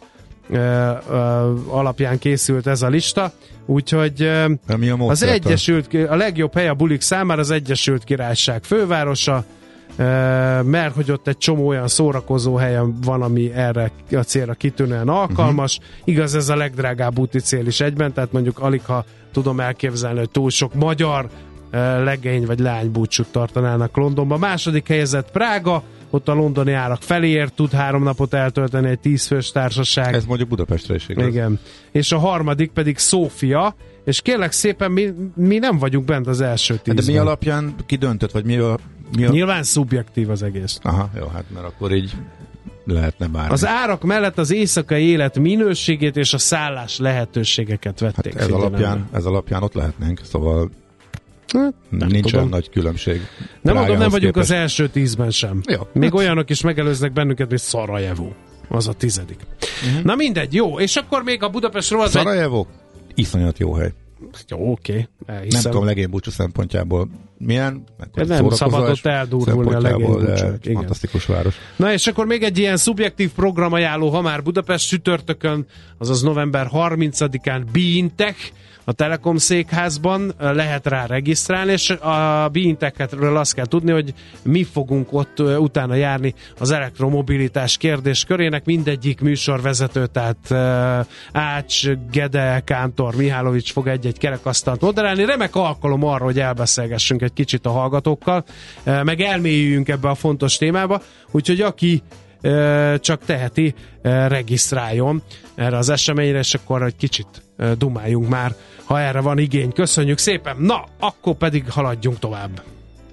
alapján készült ez a lista, úgyhogy a az Egyesült, a legjobb hely a bulik számára az Egyesült Királyság fővárosa, mert hogy ott egy csomó olyan szórakozó helyen van, ami erre a célra kitűnően alkalmas. Uh-huh. Igaz, ez a legdrágább úti cél is egyben, tehát mondjuk alig ha tudom elképzelni, hogy túl sok magyar legény vagy lánybúcsút tartanának Londonba. Második helyezett Prága, ott a londoni árak feléért tud három napot eltölteni egy tízfős társaság. Ez mondjuk Budapestre is igaz. Igen. És a harmadik pedig Szófia, és kérlek szépen, mi, mi nem vagyunk bent az első tízben. De mi alapján kidöntött, vagy mi a... Mi a... Nyilván szubjektív az egész. Aha, jó, hát mert akkor így lehetne bármi. Az árak mellett az éjszakai élet minőségét és a szállás lehetőségeket vették. Hát ez, alapján, ez alapján ott lehetnénk, szóval hát, nincs olyan nagy különbség. Nem mondom, nem vagyunk képest az első tízben sem. Jó, még hát olyanok is megelőznek bennünket, mint Szarajevó. Az a tizedik. Uh-huh. Na mindegy, jó. És akkor még a Budapest rovat... Szarajevó? Iszonyat jó hely. Jó, oké. Okay. Nem tudom, legénybúcsú szempontjából milyen. Nem szabadott eldurvulni a legénybúcsú. Fantasztikus város. Na és akkor még egy ilyen szubjektív programajánló, ha már Budapest csütörtökön, azaz november harmincadikán Beintech, a Telekom székházban lehet rá regisztrálni, és a Beintechről azt kell tudni, hogy mi fogunk ott utána járni az elektromobilitás kérdéskörének. Mindegyik műsorvezető, tehát Ács, Gede, Kántor, Mihálovics fog egy-egy kerekasztalt moderálni. Remek alkalom arra, hogy elbeszélgessünk egy kicsit a hallgatókkal, meg elmélyüljünk ebbe a fontos témába, úgyhogy aki csak teheti, regisztráljon erre az eseményre, és akkor egy kicsit dumáljunk már, ha erre van igény. Köszönjük szépen! Na, akkor pedig haladjunk tovább.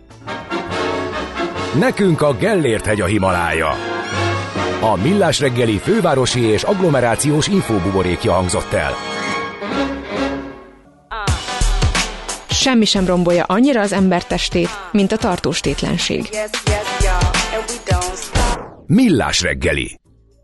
Nekünk a Gellért-hegy a Himalája. A Millás reggeli fővárosi és agglomerációs infóbuborékja hangzott el. Semmi sem rombolja annyira az ember testét, mint a tartós tétlenség. Millás reggeli.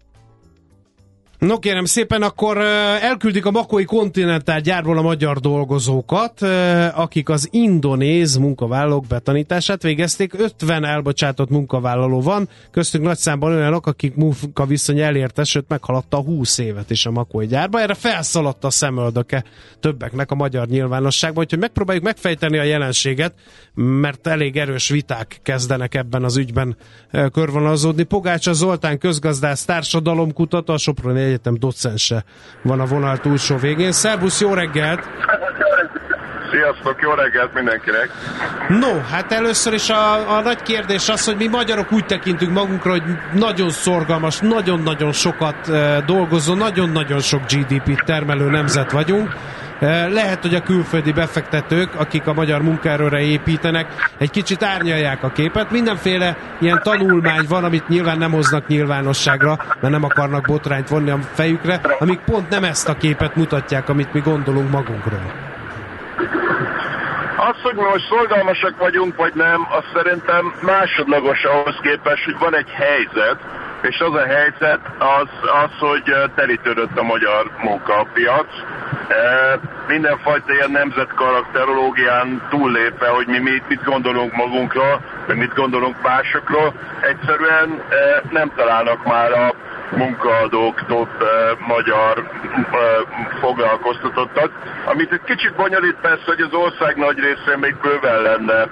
No kérem szépen, akkor elküldik a Makói Continental gyárból a magyar dolgozókat, akik az indonéz munkavállalók betanítását végezték. ötven elbocsátott munkavállaló van, köztük nagy számban olyanok, akik munkaviszony elérte, sőt meghaladta a húsz évet is a Makói gyárba. Erre felszaladt a szemöldöke többeknek a magyar nyilvánosságban, úgyhogy megpróbáljuk megfejteni a jelenséget, mert elég erős viták kezdenek ebben az ügyben körvonalazódni. Pogácsa Zoltán közgazdász, társadalomkutató, a Soproni Egyetem docense van a vonal túlsó végén. Szerbusz, jó reggelt! Sziasztok, jó reggelt mindenkinek! No, hát először is a, a nagy kérdés az, hogy mi magyarok úgy tekintünk magunkra, hogy nagyon szorgalmas, nagyon-nagyon sokat e, dolgozó, nagyon-nagyon sok gé dé pét termelő nemzet vagyunk. Lehet, hogy a külföldi befektetők, akik a magyar munkaerőre építenek, egy kicsit árnyalják a képet. Mindenféle ilyen tanulmány van, amit nyilván nem hoznak nyilvánosságra, mert nem akarnak botrányt vonni a fejükre, amik pont nem ezt a képet mutatják, amit mi gondolunk magunkról. Az, hogy mi most szorgalmasak vagyunk, vagy nem, az szerintem másodlagos ahhoz képest, hogy van egy helyzet, és az a helyzet az, az hogy telítődött a magyar munkapiac. Mindenfajta ilyen nemzetkarakterológián túllépve, hogy mi mit, mit gondolunk magunkról, vagy mit gondolunk másokról, egyszerűen nem találnak már a munkaadók, top magyar foglalkoztatottak, amit egy kicsit bonyolít persze, hogy az ország nagy részén még bőven lenne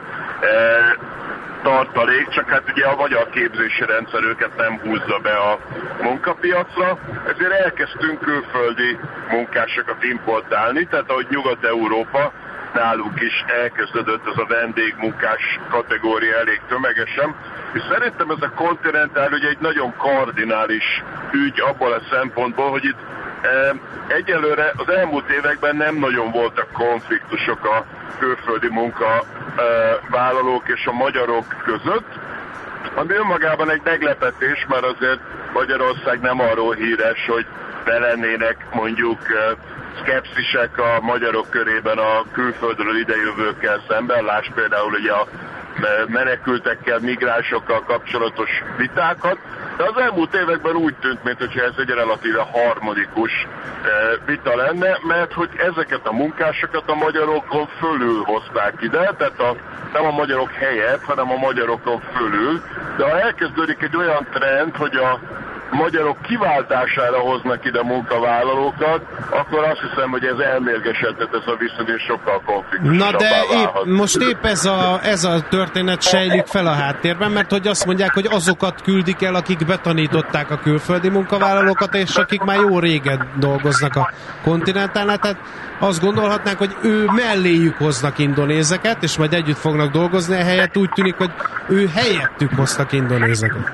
tartalék, csak hát ugye a magyar képzési rendszer őket nem húzza be a munkapiacra, ezért elkezdtünk külföldi munkásokat importálni, tehát ahogy Nyugat-Európa, nálunk is elkezdődött ez a vendégmunkás kategória elég tömegesen, és szerintem ez a kontinentál ugye egy nagyon kardinális ügy abból a szempontból, hogy itt e, egyelőre az elmúlt években nem nagyon voltak konfliktusok a külföldi munkavállalók és a magyarok között, ami önmagában egy meglepetés, mert azért Magyarország nem arról híres, hogy ne lennének mondjuk szkepszisek a magyarok körében a külföldről idejövőkkel szemben, láss például ugye a menekültekkel, migránsokkal kapcsolatos vitákat, de az elmúlt években úgy tűnt, mintha ez egy relatíve harmonikus vita lenne, mert hogy ezeket a munkásokat a magyarokon fölül hozták ide, tehát a, nem a magyarok helyett, hanem a magyarokon fölül, de ha elkezdődik egy olyan trend, hogy a magyarok kiváltására hoznak ide munkavállalókat, akkor azt hiszem, hogy ez elmérgesedhet ez a viszony, és sokkal konfliktusabbá Na de válhat. épp, most épp ez a, ez a történet sejlik fel a háttérben, mert hogy azt mondják, hogy azokat küldik el, akik betanították a külföldi munkavállalókat, és akik már jó régen dolgoznak a kontinentálnál, tehát azt gondolhatnánk, hogy ő melléjük hoznak indonézeket, és majd együtt fognak dolgozni, ehelyett úgy tűnik, hogy ő helyettük hoztak indonézeket.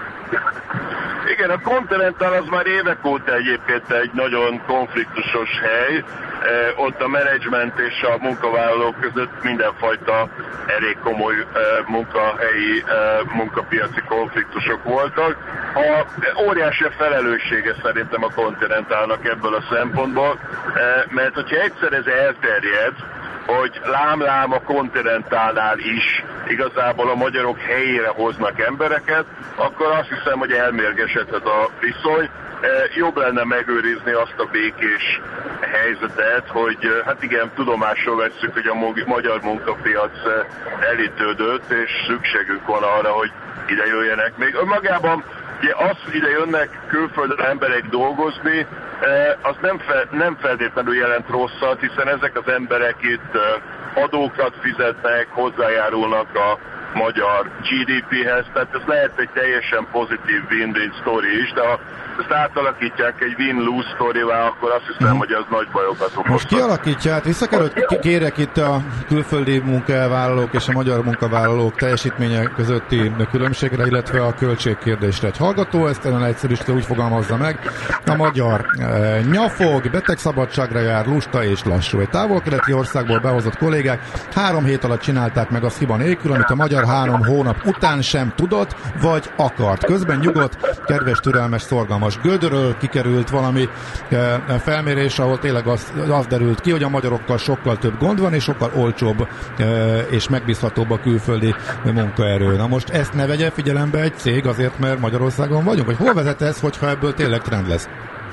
Igen, a Continental az már évek óta egyébként egy nagyon konfliktusos hely. E, ott a menedzsment és a munkavállalók között mindenfajta elég komoly e, munkahelyi, e, munkapiaci konfliktusok voltak. A, óriási a felelőssége szerintem a Continentalnak ebből a szempontból, e, mert hogyha egyszer ez elterjed, hogy lám-lám a Continentalnál is igazából a magyarok helyére hoznak embereket, akkor azt hiszem, hogy elmérgesedhet a viszony. Jobb lenne megőrizni azt a békés helyzetet, hogy hát igen, tudomásról vesszük, hogy a magyar munkapiac elítődött, és szükségünk van arra, hogy ide jöjjenek még. Magában ugye az, hogy ide jönnek külföldön emberek dolgozni, az nem, fe, nem feltétlenül jelent rosszat, hiszen ezek az emberek itt adókat fizetnek, hozzájárulnak a magyar gé dé péhez, tehát ez lehet egy teljesen pozitív win-win sztori is, de ha ezt átalakítják egy win-lose sztorivá, akkor azt hiszem, hogy az nagy bajokat okozhat. Most kialakítja, hát visszakerült kérek itt a külföldi munkavállalók és a magyar munkavállalók teljesítménye közötti különbségre, illetve a költségkérdésre. Egy hallgató ezt ellen egyszerűsítve úgy fogalmazza meg, a magyar e, nyafog, betegszabadságra jár, lusta és lassú. Egy távol-keleti országból behozott kollégák három hét alatt csinálták meg azt hiba nélkül, amit a magyar három hónap után sem tudott, vagy akart. Közben nyugodt, kedves, türelmes, szorgalmas. Gödről kikerült valami e, felmérés, ahol tényleg az, az derült ki, hogy a magyarokkal sokkal több gond van, és sokkal olcsóbb e, és megbízhatóbb a külföldi munkaerő. Na most ezt ne vegye figyelembe egy cég azért, mert Magyarországon vagyunk? Vagy hol vezet ez, hogyha ebből tényleg trend lesz?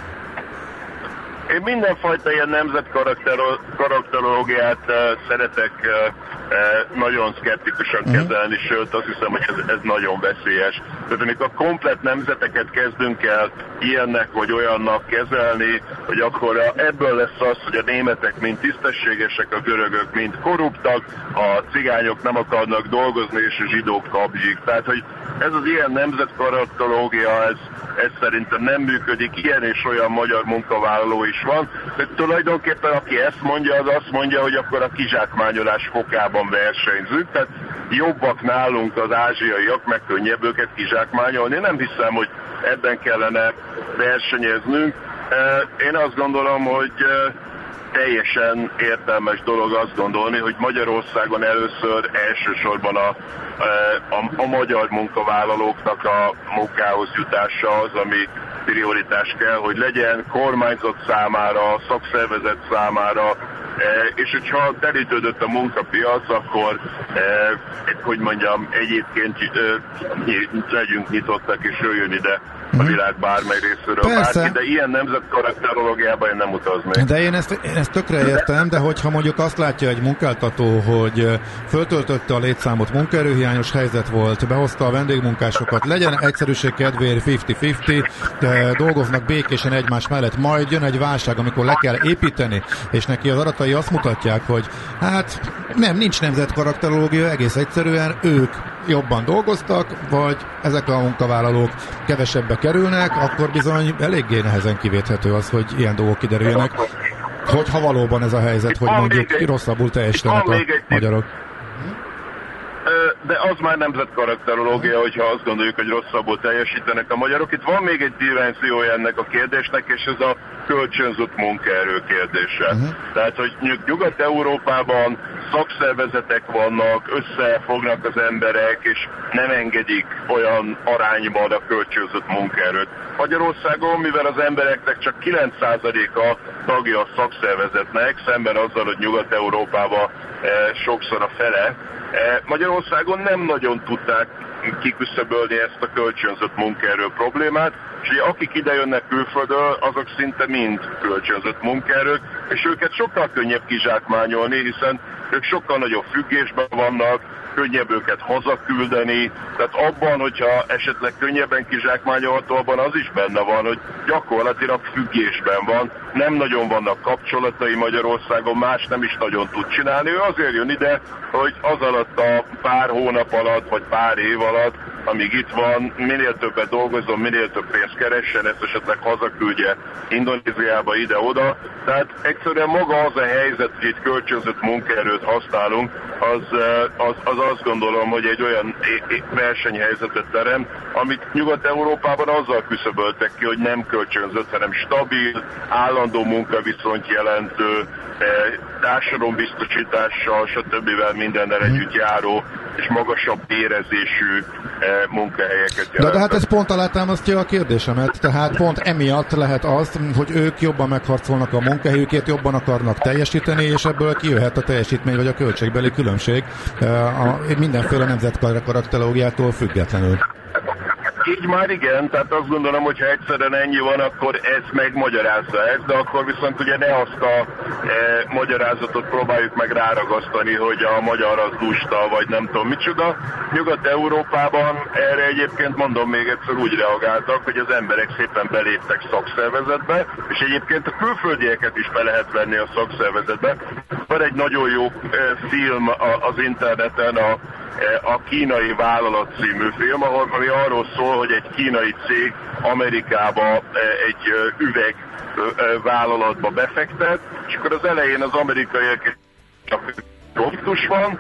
Én mindenfajta ilyen nemzetkarakterológiát uh, szeretek uh, uh, nagyon szkeptikusan uh-huh. kezelni, sőt azt hiszem, hogy ez, ez nagyon veszélyes. Tehát amikor komplet nemzeteket kezdünk el ilyennek vagy olyannak kezelni, hogy akkor ebből lesz az, hogy a németek mind tisztességesek, a görögök mind korruptak, a cigányok nem akarnak dolgozni, és a zsidók kabzsik. Tehát, hogy ez az ilyen nemzetkarakterológia, ez, ez szerintem nem működik, ilyen és olyan magyar munkavállaló is van, de tulajdonképpen aki ezt mondja, az azt mondja, hogy akkor a kizsákmányolás fokában versenyzünk, tehát jobbak nálunk az ázsiaiak, meg könnyebb őket kizsákmányolni. Nem hiszem, hogy ebben kellene versenyeznünk. Én azt gondolom, hogy teljesen értelmes dolog azt gondolni, hogy Magyarországon először elsősorban a, a, a magyar munkavállalóknak a munkához jutása az, ami prioritás kell, hogy legyen kormányzat számára, szakszervezet számára, és hogyha telítődött a munkapiac, akkor, hogy mondjam, egyébként legyünk nyitottak és jöjjön ide a világ bármely részéről bárki, de ilyen nemzetkarakterológiában én nem utaznék. De én ezt, én ezt tökre értem, de hogyha mondjuk azt látja egy munkáltató, hogy föltöltötte a létszámot, munkaerőhiányos helyzet volt, behozta a vendégmunkásokat, legyen egyszerűség kedvéért ötven-ötven, dolgoznak békésen egymás mellett, majd jön egy válság, amikor le kell építeni, és neki az adatai azt mutatják, hogy hát nem, nincs nemzetkarakterológia, egész egyszerűen ők jobban dolgoztak, vagy ezek a munkavállalók kevesebbe kerülnek, akkor bizony eléggé nehezen kivéthető az, hogy ilyen dolgok kiderüljenek, hogyha valóban ez a helyzet, hogy mondjuk egy, rosszabbul teljesítenek a magyarok. De az már nemzetkarakterológia, hogyha azt gondoljuk, hogy rosszabbul teljesítenek a magyarok. Itt van még egy dimenziója ennek a kérdésnek, és ez a kölcsönzött munkaerő kérdése. Uh-huh. Tehát, hogy Nyugat-Európában szakszervezetek vannak, összefognak az emberek, és nem engedik olyan arányban a kölcsönzött munkaerőt. Magyarországon, mivel az embereknek csak kilenc százaléka tagja a szakszervezetnek, szemben azzal, hogy Nyugat-Európában e, sokszor a fele, e, Magyarországon nem nagyon tudták kiküszöbölni ezt a kölcsönzött munkaerő problémát, és ugye akik idejönnek külföldről, azok szinte mind kölcsönzött munkaerők, és őket sokkal könnyebb kizsákmányolni, hiszen ők sokkal nagyobb függésben vannak, könnyebb őket hazaküldeni, tehát abban, hogyha esetleg könnyebben kizsákmányolható, abban az is benne van, hogy gyakorlatilag függésben van, nem nagyon vannak kapcsolatai Magyarországon, más nem is nagyon tud csinálni, ő azért jön ide, hogy az alatt a pár hónap alatt, vagy pár év alatt, amíg itt van, minél többet dolgozzon, minél több pénzt keressen, ezt esetleg hazaküldje Indonéziába, ide-oda. Tehát egyszerűen maga az a helyzet, hogy itt kölcsönzött munkaerőt használunk, az, az, az azt gondolom, hogy egy olyan versenyhelyzetet terem, amit Nyugat-Európában azzal küszöböltek ki, hogy nem kölcsönzött, hanem stabil, állandó munkaviszonyt jelentő, társadalombiztosítással, stb. Mindennel együtt járó és magasabb érezésű munkahelyeket jelent. De hát ez pont alátámasztja a kérdésemet, tehát pont emiatt lehet az, hogy ők jobban megharcolnak a munkahelyükért, jobban akarnak teljesíteni, és ebből kijöhet a teljesítmény vagy a költségbeli különbség a mindenféle nemzetkarakterológiától függetlenül. Így már igen, tehát azt gondolom, hogy ha egyszerűen ennyi van, akkor ez megmagyarázza ezt, de akkor viszont ugye ne azt a e, magyarázatot próbáljuk meg ráragasztani, hogy a magyar az lusta, vagy nem tudom micsoda. Nyugat-Európában erre egyébként mondom még egyszer úgy reagáltak, hogy az emberek szépen beléptek szakszervezetbe, és egyébként a külföldieket is be lehet venni a szakszervezetbe. Van egy nagyon jó e, film az interneten, a a Kínai Vállalat című film, ahol, ami arról szól, hogy egy kínai cég Amerikába egy üveg vállalatba befektet, és akkor az elején az amerikaiak csak profitus van,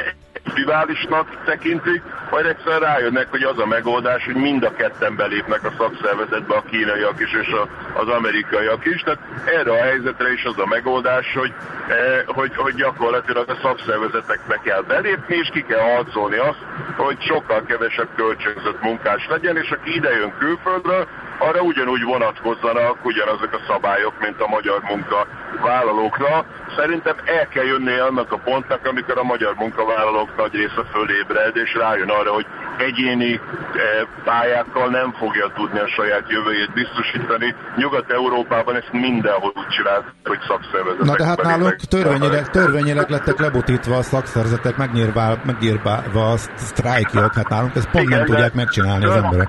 riválisnak tekintik, majd egyszer rájönnek, hogy az a megoldás, hogy mind a ketten belépnek a szakszervezetbe, a kínaiak is és a, az amerikaiak is. Tehát erre a helyzetre is az a megoldás, hogy, eh, hogy, hogy gyakorlatilag a szakszervezetekbe kell belépni, és ki kell harcolni azt, hogy sokkal kevesebb kölcsönzött munkás legyen, és aki idejön külföldről, arra ugyanúgy vonatkozzanak ugyanazok a szabályok, mint a magyar munkavállalókra. Szerintem el kell jönni annak a pontnak, amikor a magyar munkavállalók nagy része fölébred, és rájön arra, hogy egyéni pályákkal nem fogja tudni a saját jövőjét biztosítani. Nyugat-Európában ezt mindenhol úgy csinált, hogy szakszervezetek. Na de hát nálunk törvényileg, törvényileg lettek lebutítva a szakszervezetek, megnyírva a sztrájkjog, hát nálunk ezt pont igen, nem tudják megcsinálni az emberek.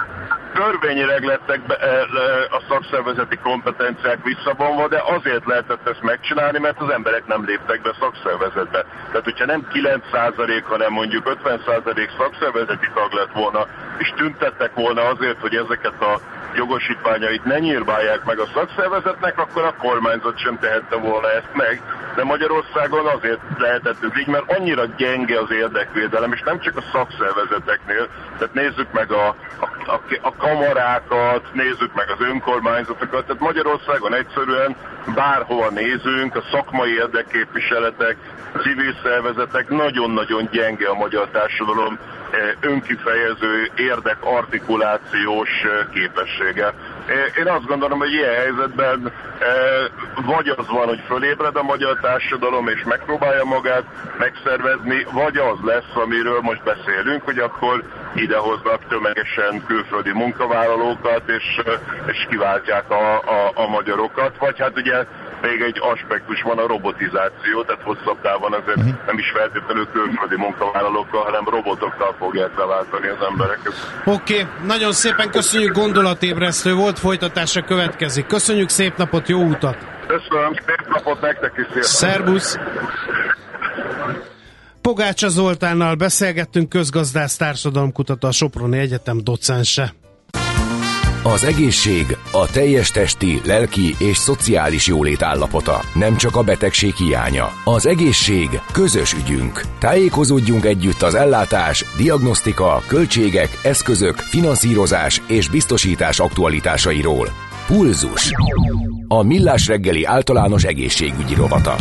Törvényileg lettek be, a szakszervezeti kompetenciák visszavonva, de azért lehetett ezt megcsinálni, mert az emberek nem léptek be szakszervezetbe. Tehát, hogyha nem kilenc százalék, hanem mondjuk ötven százalék szakszervezeti tag lett volna, és tüntettek volna azért, hogy ezeket a jogosítványait ne nyírbálják meg a szakszervezetnek, akkor a kormányzat sem tehette volna ezt meg. De Magyarországon azért lehetett ez így, mert annyira gyenge az érdekvédelem, és nem csak a szakszervezeteknél, tehát nézzük meg a, a, a, a kamarákat, nézzük meg az önkormányzatokat, tehát Magyarországon egyszerűen bárhova nézünk, a szakmai érdekképviseletek, civil szervezetek, nagyon-nagyon gyenge a magyar társadalom önkifejező érdekartikulációs képessége. Én azt gondolom, hogy ilyen helyzetben vagy az van, hogy fölébred a magyar társadalom és megpróbálja magát megszervezni, vagy az lesz, amiről most beszélünk, hogy akkor idehoznak tömegesen külföldi munkavállalókat, és, és kiváltják a, a, a magyarokat, vagy hát ugye még egy aspektus van, a robotizáció, tehát hosszabb távon azért uh-huh. nem is feltétlenül külföldi munkavállalókkal, hanem robotokkal fogják leváltani az embereket. Oké, okay. Nagyon szépen köszönjük, gondolatébresztő volt, folytatása következik. Köszönjük, szép napot, jó utat! Köszönöm, szép napot nektek is, sziasztok! Szerbusz! Pogácsa Zoltánnal beszélgettünk, közgazdász, társadalomkutató, a Soproni Egyetem docense. Az egészség a teljes testi, lelki és szociális jólét állapota, nem csak a betegség hiánya. Az egészség közös ügyünk. Tájékozódjunk együtt az ellátás, diagnosztika, költségek, eszközök, finanszírozás és biztosítás aktualitásairól. Pulzus. A Millás reggeli általános egészségügyi rovata.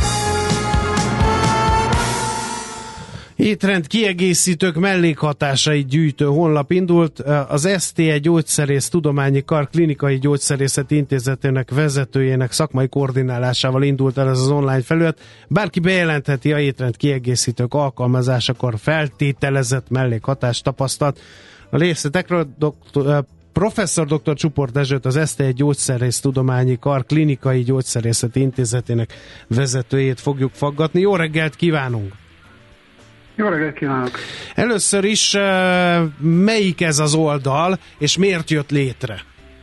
Étrend kiegészítők mellékhatásait gyűjtő honlap indult. Az es té e Gyógyszerész Tudományi Kar Klinikai Gyógyszerészeti Intézetének vezetőjének szakmai koordinálásával indult el ez az online felület. Bárki bejelentheti a étrend kiegészítők alkalmazásakor feltételezett mellékhatást tapasztalt. A részletekről doktor, professzor dr. Csupor Dezsőt, az es té e Gyógyszerész Tudományi Kar Klinikai Gyógyszerészeti Intézetének vezetőjét fogjuk faggatni. Jó reggelt kívánunk! Jó reggelt kívánok! Először is melyik ez az oldal, és miért jött létre?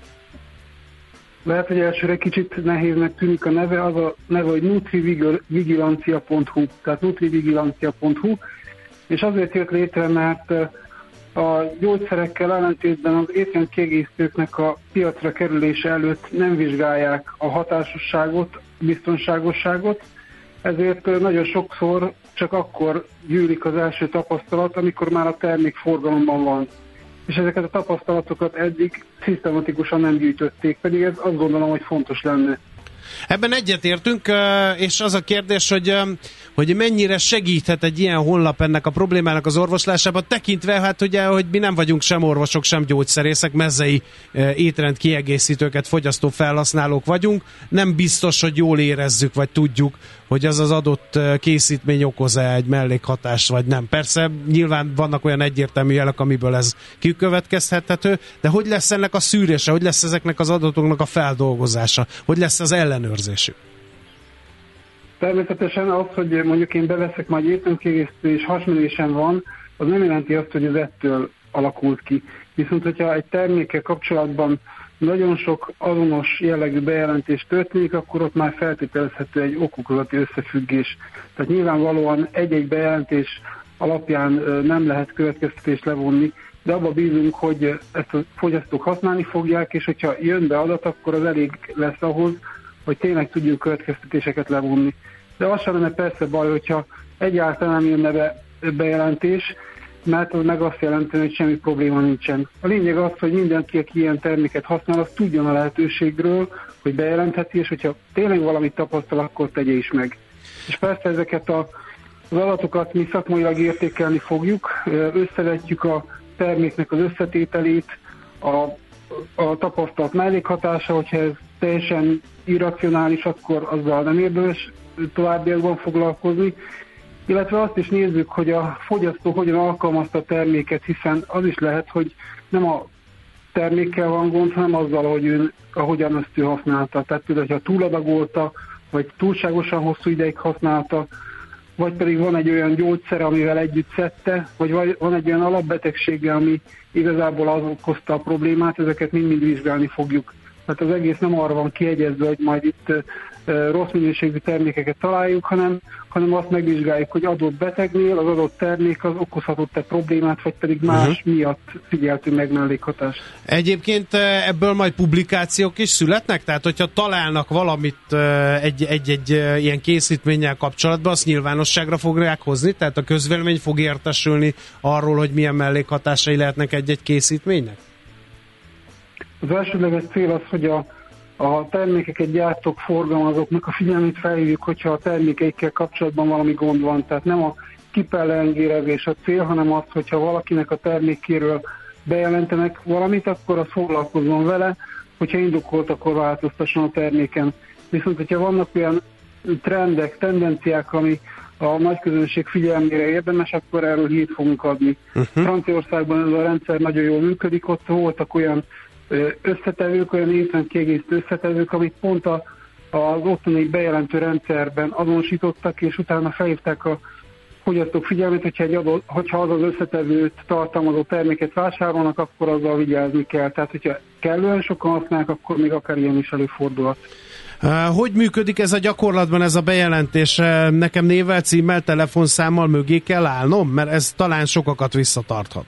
Lehet, hogy elsőre kicsit nehéznek tűnik a neve, az a neve, hogy nutrivigilancia pont hu, tehát nutrivigilancia pont hu, és azért jött létre, mert a gyógyszerekkel ellentétben az étrendkiegészítőknek a piacra kerülése előtt nem vizsgálják a hatásosságot, biztonságosságot, ezért nagyon sokszor csak akkor gyűlik az első tapasztalat, amikor már a termék forgalomban van. És ezeket a tapasztalatokat eddig szisztematikusan nem gyűjtötték, pedig ez azt gondolom, hogy fontos lenne. Ebben egyetértünk, és az a kérdés, hogy, hogy mennyire segíthet egy ilyen honlap ennek a problémának az orvoslásában, tekintve, hát ugye, hogy mi nem vagyunk sem orvosok, sem gyógyszerészek, mezei étrend kiegészítőket fogyasztó felhasználók vagyunk, nem biztos, hogy jól érezzük, vagy tudjuk, hogy az az adott készítmény okoz-e egy mellékhatást, vagy nem. Persze nyilván vannak olyan egyértelmű jelek, amiből ez kikövetkezhethető, de hogy lesz ennek a szűrése, hogy lesz ezeknek az adatoknak a feldolgozása, hogy lesz az ellenőrzésük? Természetesen az, hogy mondjuk én beveszek majd étrendkiegészítő és hasmenésem van, az nem jelenti azt, hogy ez ettől alakult ki. Viszont, hogyha egy termékkel kapcsolatban nagyon sok azonos jellegű bejelentés történik, akkor ott már feltételezhető egy okokozati összefüggés. Tehát nyilvánvalóan egy-egy bejelentés alapján nem lehet következtetést levonni, de abba bízunk, hogy ezt a fogyasztók használni fogják, és hogyha jön be adat, akkor az elég lesz ahhoz, hogy tényleg tudjunk következtetéseket levonni. De az sem lenne persze baj, hogyha egyáltalán nem jönne be bejelentés, mert az meg azt jelenti, hogy semmi probléma nincsen. A lényeg az, hogy mindenki, aki ilyen terméket használ, az tudjon a lehetőségről, hogy bejelentheti, és hogyha tényleg valamit tapasztal, akkor tegye is meg. És persze ezeket a, az adatokat mi szakmailag értékelni fogjuk, összevetjük a terméknek az összetételét, a, a tapasztalt mellékhatása, hogyha ez teljesen irracionális, akkor azzal nem érdemes továbbiakban foglalkozni, illetve azt is nézzük, hogy a fogyasztó hogyan alkalmazta a terméket, hiszen az is lehet, hogy nem a termékkel van gond, hanem azzal, hogy ő, ahogyan azt ő használta. Tehát például, hogyha túladagolta, vagy túlságosan hosszú ideig használta, vagy pedig van egy olyan gyógyszer, amivel együtt szedte, vagy van egy olyan alapbetegsége, ami igazából az okozta a problémát, ezeket mind-mind vizsgálni fogjuk. Tehát az egész nem arra van kiegyezve, hogy majd itt rossz minőségű termékeket találjuk, hanem, hanem azt megvizsgáljuk, hogy adott betegnél az adott termék az okozhatott-e problémát, vagy pedig más uh-huh. miatt figyeltünk meg mellékhatást. Egyébként ebből majd publikációk is születnek? Tehát, hogyha találnak valamit egy-egy ilyen készítménnyel kapcsolatban, azt nyilvánosságra fogják hozni? Tehát a közvélemény fog értesülni arról, hogy milyen mellékhatásai lehetnek egy-egy készítménynek? Az elsődleges cél az, hogy a a termékeket gyártók, forgalmazóknak a figyelmét felhívjuk, hogyha a termékeikkel kapcsolatban valami gond van. Tehát nem a kipellengérezés a cél, hanem az, hogyha valakinek a termékéről bejelentenek valamit, akkor az foglalkozzon vele, hogyha indokolt, akkor változtasson a terméken. Viszont, hogyha vannak olyan trendek, tendenciák, ami a nagy közönség figyelmére érdemes, akkor erről hírt fogunk adni. Uh-huh. Franciaországban ez a rendszer nagyon jól működik, ott voltak olyan összetevők, olyan étrendkiegészítő összetevők, amit pont a, az otthoni bejelentő rendszerben azonosítottak, és utána felhívták a fogyasztók figyelmét, hogyha, egy adott, hogyha az az összetevőt tartalmazó terméket vásárolnak, akkor azzal vigyázni kell. Tehát, hogyha kellően sokan használják, akkor még akár ilyen is előfordulhat. Hogy működik ez a gyakorlatban, ez a bejelentés? Nekem névvel, címmel, telefonszámmal mögé kell állnom? Mert ez talán sokakat visszatarthat.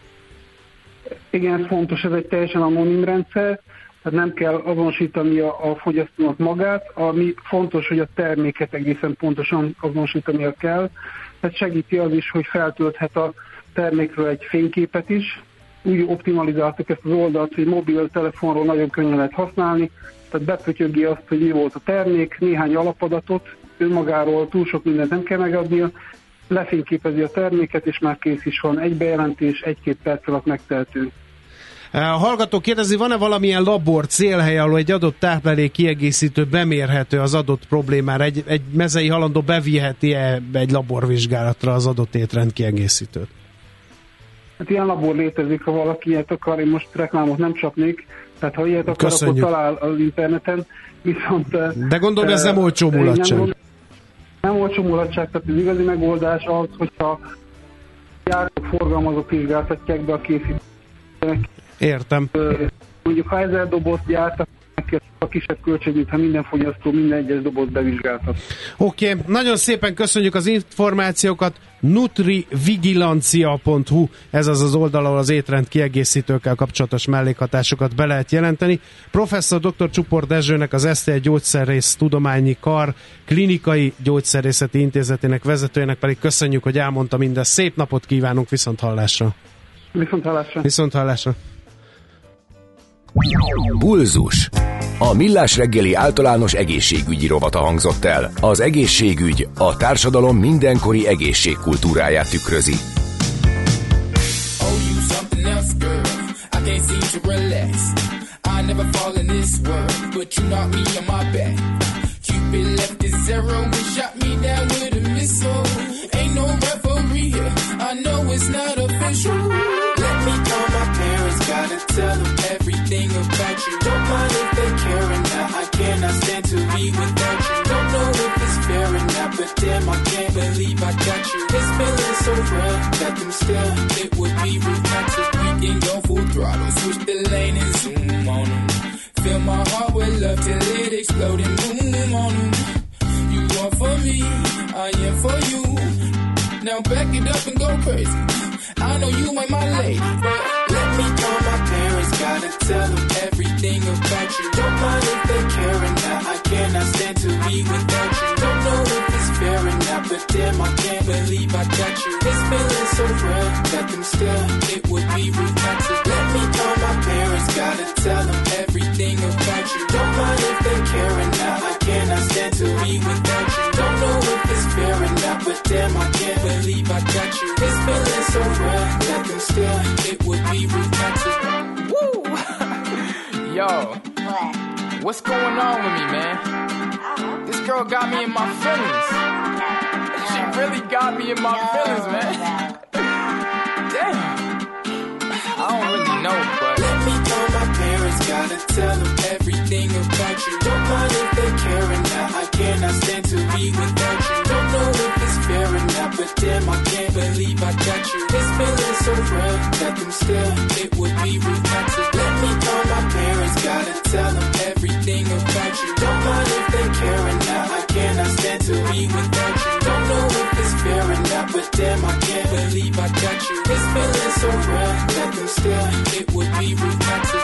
Igen, ez fontos, ez egy teljesen anonim rendszer, tehát nem kell azonosítani a, a fogyasztónak magát, ami fontos, hogy a terméket egészen pontosan azonosítania kell. Ez segíti az is, hogy feltölthet a termékről egy fényképet is. Úgy optimalizáltuk ezt az oldalt, hogy mobiltelefonról nagyon könnyen lehet használni, tehát bepötyögi azt, hogy mi volt a termék, néhány alapadatot, önmagáról túl sok mindent nem kell megadnia, lefényképezi a terméket, és már kész is van. Egy bejelentés, egy-két perc alatt megtehető. A hallgató kérdezi, van-e valamilyen labor, célhely, ahol egy adott táplálék kiegészítő bemérhető az adott problémára? Egy, egy mezei halandó beviheti-e egy laborvizsgálatra az adott étrend kiegészítőt? Hát ilyen labor létezik, ha valaki ilyet akar, én most reklámot nem csapnék, tehát ha ilyet akar, akkor talál az interneten, viszont... De gondolom, ez nem olcsó mulatság. Nem, nem olcsó mulatság, tehát az igazi megoldás az, hogyha gyártók, forgalmazók vizsgáltatják be a készítőnek. Értem. Mondjuk ha ezer dobozt gyártak, a kisebb költség, mintha minden fogyasztó minden egyes dobozt bevizsgáltat. Oké, okay. Nagyon szépen köszönjük az információkat. nutrivigilancia pont hu, ez az az oldal, ahol az étrend kiegészítőkkel kapcsolatos mellékhatásokat be lehet jelenteni. Professzor dr. Csupor Dezsőnek, az es té egy Gyógyszerész Tudományi Kar Klinikai Gyógyszerészeti Intézetének vezetőjének pedig köszönjük, hogy elmondta mindezt. Szép napot kívánunk, viszont hallásra. Viszont hallásra. Viszont hallásra. Bulzus. A Millás reggeli általános egészségügyi rovata hangzott el. Az egészségügy a társadalom mindenkori egészségkultúráját tükrözi. Tell them everything about you. Don't mind if they caring now. I cannot stand to be without you. Don't know if it's fair or not, but damn, I can't believe I got you. This feeling so real, got them still. It would be rude not to. We can go full throttle, switch the lane and zoom on them. Fill my heart with love till it explode and boom on them. You are for me, I am for you. Now back it up and go crazy. I know you ain't my lady, but let me call my parents. Gotta tell them everything about you. Don't mind if they caring now. I cannot stand to be without you. Don't know if it's fair or not, but damn, I can't believe I got you. This feeling so real, got them still. It would be rude not to. Let me call my parents. Gotta tell them everything about you. Don't mind if they caring now. I cannot stand to be without you. Don't know if it's fair or not, but damn, I can't believe I got you. This feeling so real, got them still. It would be rude not to. Woo! Yo. What? What's going on with me, man? Uh-huh. This girl got me in my feelings. She really got me in my no, feelings, man. Damn. I don't really know, but... Let me call my parents, gotta tell them everything about you. Don't mind if they caring now. I cannot stand to be without you. Don't know if it's fair or not, but damn, I can't believe I got you. This feeling so real, got them still. It would be rude not to. Let me call my parents, gotta tell them everything about you. Don't mind if they caring now. I cannot stand to be without you. Don't know if it's fair or not, but damn, I can't believe I got you. This feeling so real, got them still. It would be rude not to.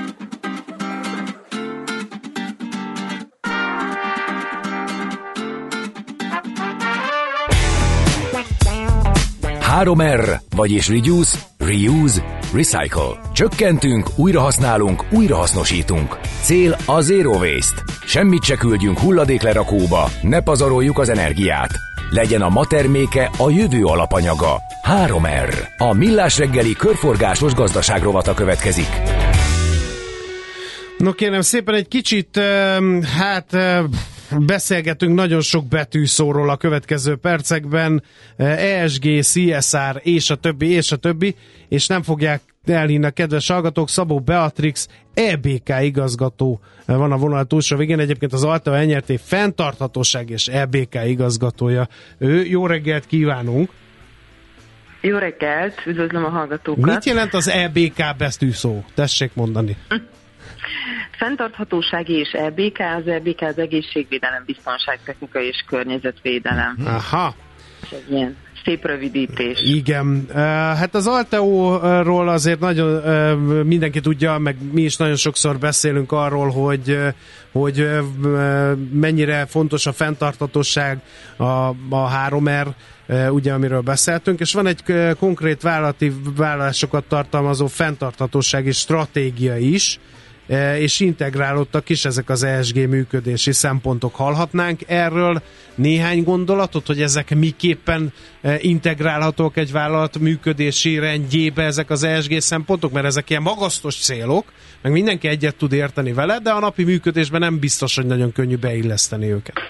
három er, vagyis Reduce, Reuse, Recycle. Csökkentünk, újrahasználunk, újrahasznosítunk. Cél a Zero Waste. Semmit se küldjünk hulladéklerakóba, ne pazaroljuk az energiát. Legyen a ma terméke a jövő alapanyaga. három er. A Millás reggeli körforgásos gazdaság rovata következik. No kérem szépen, egy kicsit, hát beszélgetünk nagyon sok betűszóról a következő percekben, E S G, C S R és a többi, és a többi, és nem fogják elhinni a kedves hallgatók, Szabó Beatrix, E B K igazgató van a vonal túlsó végén, egyébként az Alteo N R T fenntarthatóság és E B K igazgatója. Ő, jó reggelt kívánunk! Jó reggelt, üdvözlöm a hallgatókat! Mit jelent az E B K betűszó? Tessék mondani! Fenntarthatósági és E B K, az E B K az egészségvédelem, biztonságtechnika és környezetvédelem. Aha! És egy ilyen szép rövidítés. Igen. Hát az Alteo-ról azért nagyon mindenki tudja, meg mi is nagyon sokszor beszélünk arról, hogy, hogy mennyire fontos a fenntarthatóság, a, a három R, ugye, amiről beszéltünk, és van egy konkrét vállalati vállalásokat tartalmazó fenntarthatósági stratégia is, és integrálódtak is ezek az E S G működési szempontok. Hallhatnánk erről néhány gondolatot, hogy ezek miképpen integrálhatók egy vállalat működési rendjébe ezek az E S G szempontok, mert ezek ilyen magasztos célok, meg mindenki egyet tud érteni vele, de a napi működésben nem biztos, hogy nagyon könnyű beilleszteni őket.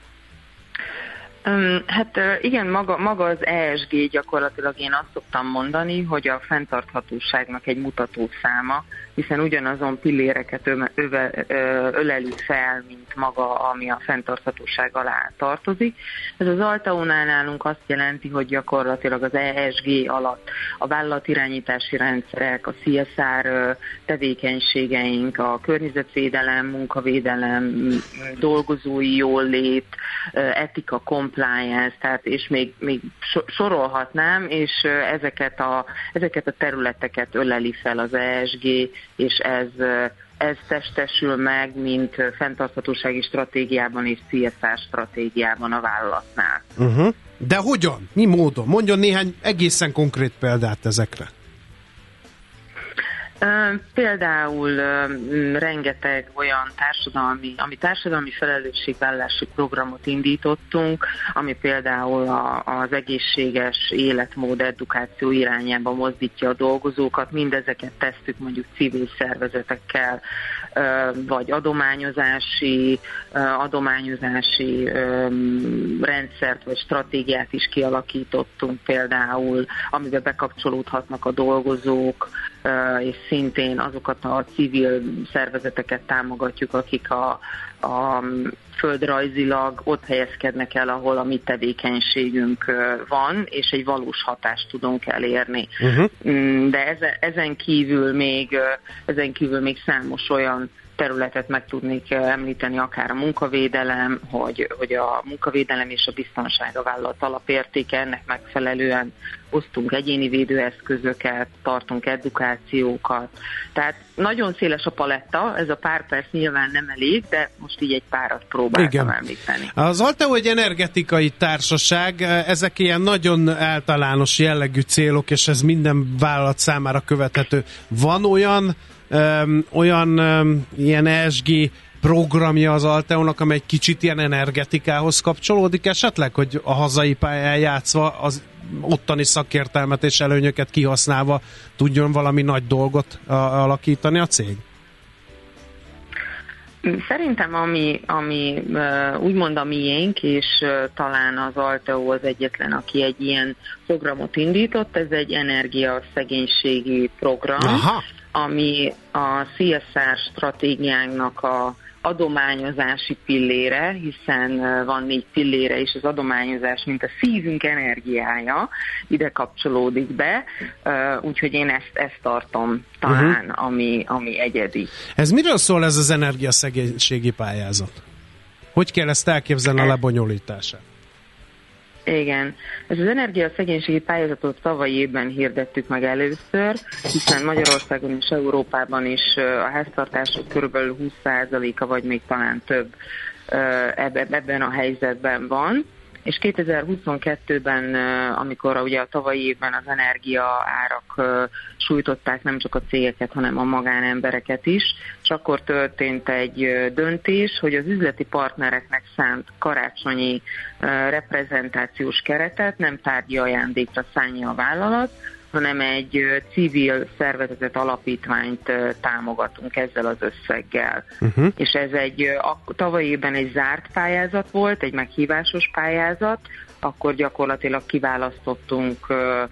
Um, hát igen, maga, maga az E S G gyakorlatilag én azt szoktam mondani, hogy a fenntarthatóságnak egy mutatószáma, hiszen ugyanazon pilléreket öve, öve, öleli fel, mint maga, ami a fenntarthatóság alá tartozik. Ez az Alteo-nál nálunk azt jelenti, hogy gyakorlatilag az E S G alatt a vállalatirányítási rendszerek, a C S R tevékenységeink, a környezetvédelem, munkavédelem, dolgozói jólét, etika, compliance, tehát és még, még sorolhatnám, és ezeket a, ezeket a területeket öleli fel az E S G, és ez, ez testesül meg, mint fenntarthatósági stratégiában és C S R stratégiában a vállalatnál. Uh-huh. De hogyan? Mi módon? Mondjon néhány egészen konkrét példát ezekre. Például rengeteg olyan társadalmi, ami társadalmi felelősségvállalási programot indítottunk, ami például a, az egészséges életmód edukáció irányába mozdítja a dolgozókat, mindezeket tesztük mondjuk civil szervezetekkel, vagy adományozási, adományozási rendszert vagy stratégiát is kialakítottunk például, amiben bekapcsolódhatnak a dolgozók, és szintén azokat a civil szervezeteket támogatjuk, akik a, a földrajzilag ott helyezkednek el, ahol a mi tevékenységünk van, és egy valós hatást tudunk elérni. Uh-huh. De ezen, ezen kívül még, ezen kívül még számos olyan területet meg tudnék említeni, akár a munkavédelem, hogy, hogy a munkavédelem és a biztonság a vállalat alapértéke, ennek megfelelően osztunk egyéni védőeszközöket, tartunk edukációkat. Tehát nagyon széles a paletta, ez a pár perc nyilván nem elég, de most így egy párat próbáltam Igen. említeni. Az Alteo egy energetikai társaság, ezek ilyen nagyon általános jellegű célok, és ez minden vállalat számára követhető. Van olyan Öm, olyan öm, ilyen E S G programja az Alteo-nak, amely egy kicsit ilyen energetikához kapcsolódik esetleg, hogy a hazai pályán játszva az ottani szakértelmet és előnyöket kihasználva tudjon valami nagy dolgot a, alakítani a cég? Szerintem ami, ami úgymond a miénk, és talán az Alteo az egyetlen, aki egy ilyen programot indított, ez egy energiaszegénységi program, Aha. ami a C S R stratégiánknak a adományozási pillére, hiszen van négy pillére, és az adományozás, mint a szívünk energiája, ide kapcsolódik be, úgyhogy én ezt, ezt tartom talán, uh-huh. ami, ami egyedi. Ez miről szól ez az energiaszegénységi pályázat? Hogy kell ezt elképzelni a lebonyolítását? Igen. Ez az energiaszegénységi pályázatot tavalyi évben hirdettük meg először, hiszen Magyarországon és Európában is a háztartások körülbelül húsz százaléka, vagy még talán több ebben a helyzetben van. És kétezer-huszonkettőben, amikor ugye a tavalyi évben az energia árak sújtották nem csak a cégeket, hanem a magánembereket is, és akkor történt egy döntés, hogy az üzleti partnereknek szánt karácsonyi reprezentációs keretet nem tárgyi ajándékra szánja a vállalat, hanem egy civil szervezetet, alapítványt támogatunk ezzel az összeggel. Uh-huh. És ez egy a, tavaly évben egy zárt pályázat volt, egy meghívásos pályázat, akkor gyakorlatilag kiválasztottunk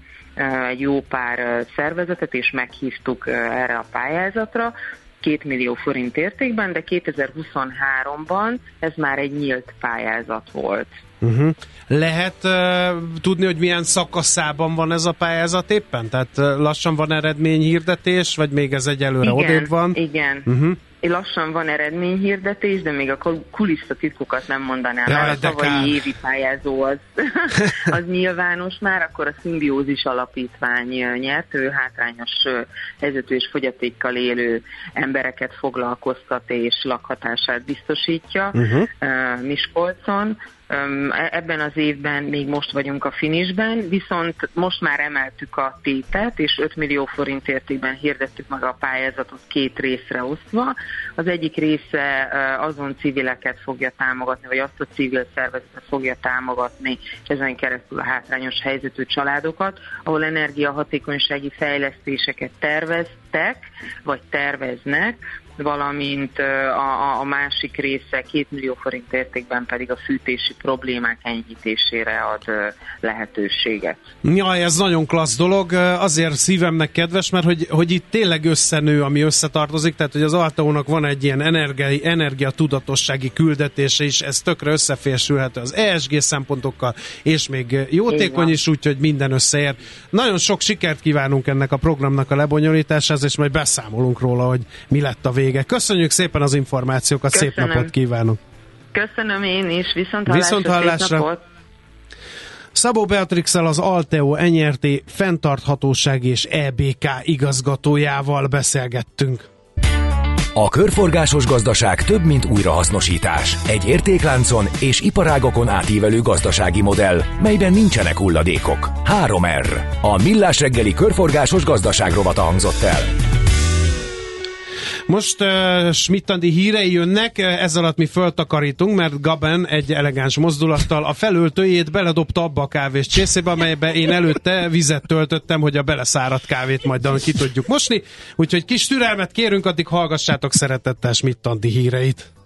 egy jó pár szervezetet, és meghívtuk erre a pályázatra, két millió forint értékben, de kétezer-huszonháromban ez már egy nyílt pályázat volt. Uh-huh. Lehet uh, tudni, hogy milyen szakaszában van ez a pályázat éppen? Tehát uh, lassan van eredményhirdetés, vagy még ez egyelőre odébb van? Igen, uh-huh. Lassan van eredményhirdetés, de még a kulisszatitkokat nem mondanám. Ja, el. A tavalyi évi pályázó az, az nyilvános már, akkor a Szimbiózis Alapítvány nyert, ő hátrányos helyzetű és fogyatékkal élő embereket foglalkoztat és lakhatását biztosítja uh-huh. Miskolcon. Ebben az évben még most vagyunk a finisben, viszont most már emeltük a tétet, és öt millió forint értékben hirdettük meg a pályázatot két részre osztva. Az egyik része azon civileket fogja támogatni, vagy azt a civil szervezetet fogja támogatni, és ezen keresztül a hátrányos helyzetű családokat, ahol energiahatékonysági fejlesztéseket terveztek, vagy terveznek, valamint a, a másik része két millió forint értékben pedig a fűtési problémák enyhítésére ad lehetőséget. Jaj, ez nagyon klassz dolog, azért szívemnek kedves, mert hogy, hogy itt tényleg összenő, ami összetartozik, tehát hogy az Alteónak van egy ilyen energia, energiatudatossági küldetése is, ez tökre összefésülhető az E S G szempontokkal, és még jótékony is, úgyhogy minden összeér. Nagyon sok sikert kívánunk ennek a programnak a lebonyolításához, és majd beszámolunk róla, hogy mi lett a vége. Köszönjük szépen az információkat, Köszönöm. Szép napot kívánunk! Köszönöm én is, viszont hallásra, viszont hallásra. Szabó Beatrixsel, az Alteo en er té fenntarthatóság és E B K igazgatójával beszélgettünk. A körforgásos gazdaság több, mint újrahasznosítás. Egy értékláncon és iparágokon átívelő gazdasági modell, melyben nincsenek hulladékok. három er. A Millás reggeli körforgásos gazdaság rovata hangzott el. Most uh, Schmidt-Andi hírei jönnek, ez alatt mi föltakarítunk, mert Gaben egy elegáns mozdulattal a felöltőjét beledobta abba a kávés csészébe, amelybe én előtte vizet töltöttem, hogy a beleszáradt kávét majd ki tudjuk mosni. Úgyhogy kis türelmet kérünk, addig hallgassátok szeretettel Schmidt-Andi híreit.